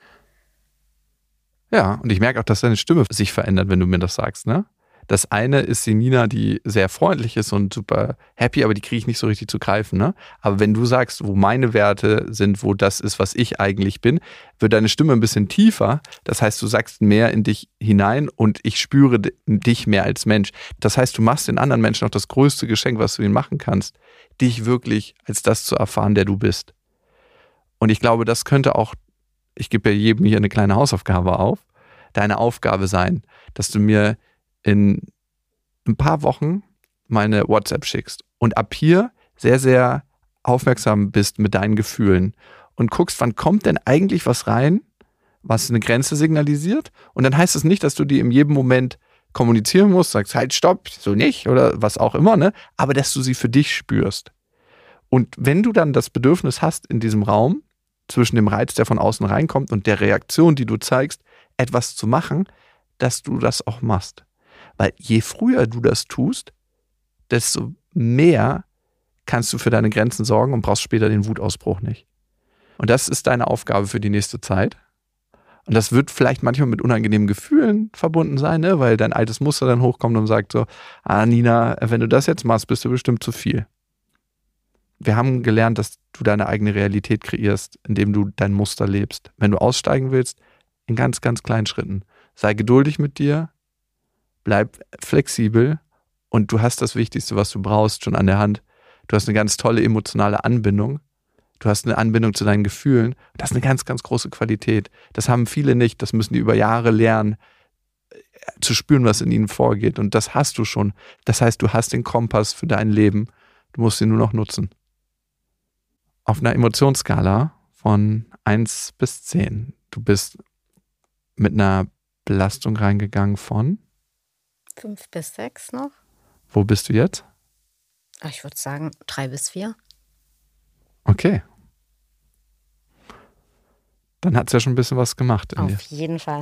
Ja, und ich merke auch, dass deine Stimme sich verändert, wenn du mir das sagst, ne? Das eine ist die Nina, die sehr freundlich ist und super happy, aber die kriege ich nicht so richtig zu greifen, ne? Aber wenn du sagst, wo meine Werte sind, wo das ist, was ich eigentlich bin, wird deine Stimme ein bisschen tiefer. Das heißt, du sagst mehr in dich hinein und ich spüre dich mehr als Mensch. Das heißt, du machst den anderen Menschen auch das größte Geschenk, was du ihnen machen kannst, dich wirklich als das zu erfahren, der du bist. Und ich glaube, das könnte auch, ich gebe ja jedem hier eine kleine Hausaufgabe auf, deine Aufgabe sein, dass du mir in ein paar Wochen meine WhatsApp schickst und ab hier sehr, sehr aufmerksam bist mit deinen Gefühlen und guckst, wann kommt denn eigentlich was rein, was eine Grenze signalisiert. Und dann heißt es nicht, dass du die in jedem Moment kommunizieren musst, sagst, halt, stopp, so nicht oder was auch immer, ne? Aber dass du sie für dich spürst. Und wenn du dann das Bedürfnis hast in diesem Raum, zwischen dem Reiz, der von außen reinkommt und der Reaktion, die du zeigst, etwas zu machen, dass du das auch machst. Weil je früher du das tust, desto mehr kannst du für deine Grenzen sorgen und brauchst später den Wutausbruch nicht. Und das ist deine Aufgabe für die nächste Zeit. Und das wird vielleicht manchmal mit unangenehmen Gefühlen verbunden sein, ne? Weil dein altes Muster dann hochkommt und sagt so, ah Nina, wenn du das jetzt machst, bist du bestimmt zu viel. Wir haben gelernt, dass du deine eigene Realität kreierst, indem du dein Muster lebst. Wenn du aussteigen willst, in ganz, ganz kleinen Schritten. Sei geduldig mit dir, bleib flexibel und du hast das Wichtigste, was du brauchst, schon an der Hand. Du hast eine ganz tolle emotionale Anbindung. Du hast eine Anbindung zu deinen Gefühlen. Das ist eine ganz, ganz große Qualität. Das haben viele nicht. Das müssen die über Jahre lernen, zu spüren, was in ihnen vorgeht. Und das hast du schon. Das heißt, du hast den Kompass für dein Leben. Du musst ihn nur noch nutzen. Auf einer Emotionsskala von eins bis zehn. Du bist mit einer Belastung reingegangen von? Fünf bis sechs noch. Wo bist du jetzt? Ich würde sagen drei bis vier. Okay. dann hat es ja schon ein bisschen was gemacht in dir. Auf jeden Fall.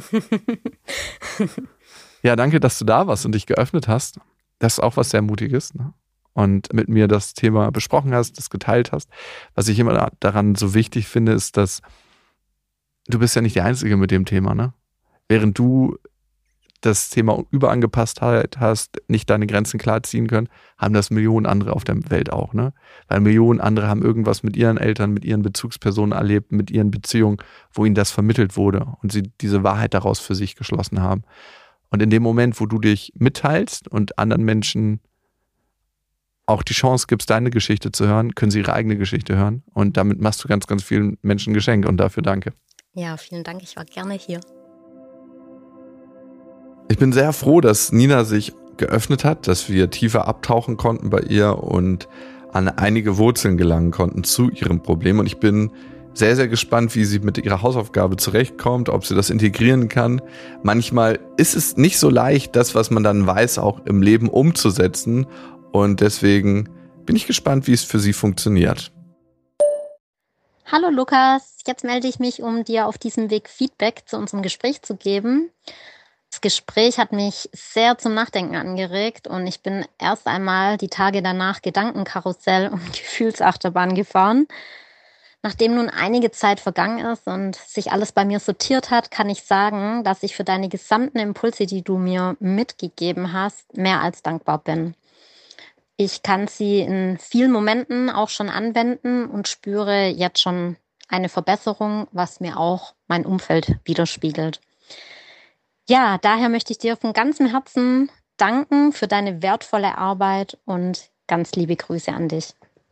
Ja, danke, dass du da warst und dich geöffnet hast. Das ist auch was sehr Mutiges, ne? Und mit mir das Thema besprochen hast, das geteilt hast. Was ich immer daran so wichtig finde, ist, dass du bist ja nicht die Einzige mit dem Thema, ne? Während du das Thema Überangepasstheit hast, nicht deine Grenzen klar ziehen können, haben das Millionen andere auf der Welt auch, ne? Weil Millionen andere haben irgendwas mit ihren Eltern, mit ihren Bezugspersonen erlebt, mit ihren Beziehungen, wo ihnen das vermittelt wurde und sie diese Wahrheit daraus für sich geschlossen haben. Und in dem Moment, wo du dich mitteilst und anderen Menschen auch die Chance gibst, deine Geschichte zu hören, können sie ihre eigene Geschichte hören. Und damit machst du ganz, ganz vielen Menschen ein Geschenk. Und dafür danke. Ja, vielen Dank. Ich war gerne hier. Ich bin sehr froh, dass Nina sich geöffnet hat, dass wir tiefer abtauchen konnten bei ihr und an einige Wurzeln gelangen konnten zu ihrem Problem. Und ich bin sehr, sehr gespannt, wie sie mit ihrer Hausaufgabe zurechtkommt, ob sie das integrieren kann. Manchmal ist es nicht so leicht, das, was man dann weiß, auch im Leben umzusetzen. Und deswegen bin ich gespannt, wie es für sie funktioniert. Hallo Lukas, jetzt melde ich mich, um dir auf diesem Weg Feedback zu unserem Gespräch zu geben. Das Gespräch hat mich sehr zum Nachdenken angeregt und ich bin erst einmal die Tage danach Gedankenkarussell und Gefühlsachterbahn gefahren. Nachdem nun einige Zeit vergangen ist und sich alles bei mir sortiert hat, kann ich sagen, dass ich für deine gesamten Impulse, die du mir mitgegeben hast, mehr als dankbar bin. Ich kann sie in vielen Momenten auch schon anwenden und spüre jetzt schon eine Verbesserung, was mir auch mein Umfeld widerspiegelt. Ja, daher möchte ich dir von ganzem Herzen danken für deine wertvolle Arbeit und ganz liebe Grüße an dich.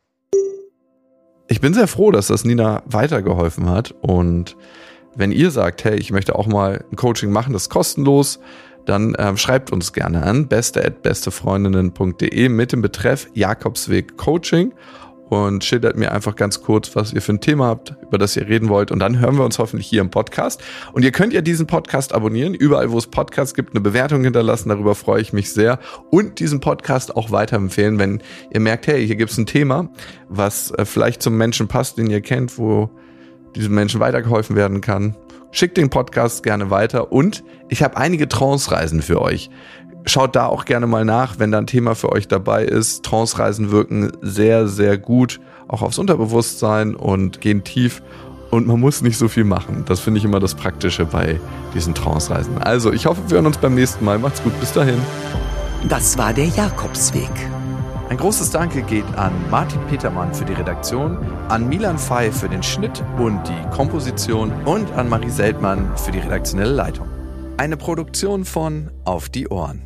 Ich bin sehr froh, dass das Nina weitergeholfen hat. Und wenn ihr sagt, hey, ich möchte auch mal ein Coaching machen, das ist kostenlos, dann äh, schreibt uns gerne an beste at bestefreundinnen punkt de mit dem Betreff Jakobsweg Coaching und schildert mir einfach ganz kurz, was ihr für ein Thema habt, über das ihr reden wollt. Und dann hören wir uns hoffentlich hier im Podcast. Und ihr könnt ja diesen Podcast abonnieren, überall, wo es Podcasts gibt, eine Bewertung hinterlassen. Darüber freue ich mich sehr. Und diesen Podcast auch weiterempfehlen, wenn ihr merkt, hey, hier gibt es ein Thema, was äh, vielleicht zum Menschen passt, den ihr kennt, wo diesem Menschen weitergeholfen werden kann. Schickt den Podcast gerne weiter und ich habe einige Trance-Reisen für euch. Schaut da auch gerne mal nach, wenn da ein Thema für euch dabei ist. Trance-Reisen wirken sehr, sehr gut, auch aufs Unterbewusstsein und gehen tief und man muss nicht so viel machen. Das finde ich immer das Praktische bei diesen Trance-Reisen. Also, ich hoffe, wir hören uns beim nächsten Mal. Macht's gut, bis dahin. Das war der Jakobsweg. Ein großes Danke geht an Martin Petermann für die Redaktion, an Milan Fey für den Schnitt und die Komposition und an Marie Seltmann für die redaktionelle Leitung. Eine Produktion von Auf die Ohren.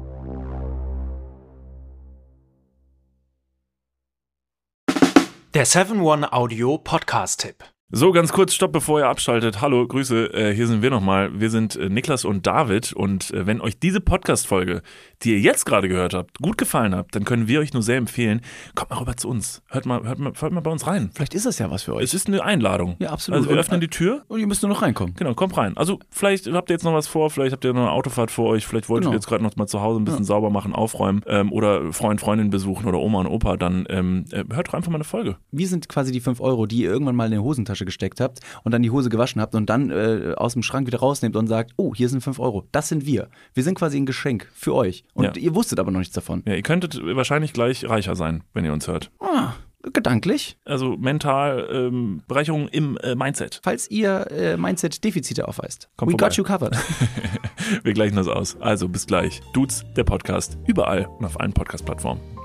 Der seven one Audio Podcast-Tipp. So, ganz kurz, stopp, bevor ihr abschaltet. Hallo, Grüße, äh, hier sind wir nochmal. Wir sind äh, Niklas und David und äh, wenn euch diese Podcast-Folge, die ihr jetzt gerade gehört habt, gut gefallen hat, dann können wir euch nur sehr empfehlen, kommt mal rüber zu uns. Hört mal, hört mal, hört mal bei uns rein. Vielleicht ist das ja was für euch. Es ist eine Einladung. Ja, absolut. Also wir und, öffnen die Tür. Und ihr müsst nur noch reinkommen. Genau, kommt rein. Also vielleicht habt ihr jetzt noch was vor, vielleicht habt ihr noch eine Autofahrt vor euch, vielleicht wollt genau. ihr jetzt gerade noch mal zu Hause ein bisschen ja. sauber machen, aufräumen ähm, oder Freund, Freundin besuchen oder Oma und Opa, dann ähm, hört doch einfach mal eine Folge. Wir sind quasi die fünf Euro, die ihr irgendwann mal in die Hosentasche gesteckt habt und dann die Hose gewaschen habt und dann äh, aus dem Schrank wieder rausnehmt und sagt, oh, hier sind fünf Euro. Das sind wir. Wir sind quasi ein Geschenk für euch. Und Ja. ihr wusstet aber noch nichts davon. Ja, ihr könntet wahrscheinlich gleich reicher sein, wenn ihr uns hört. Ah, gedanklich. Also mental ähm, Bereicherung im äh, Mindset. Falls ihr äh, Mindset-Defizite aufweist. Kommt We vorbei. got you covered. Wir gleichen das aus. Also bis gleich. Dudes, der Podcast. Überall und auf allen Podcast-Plattformen.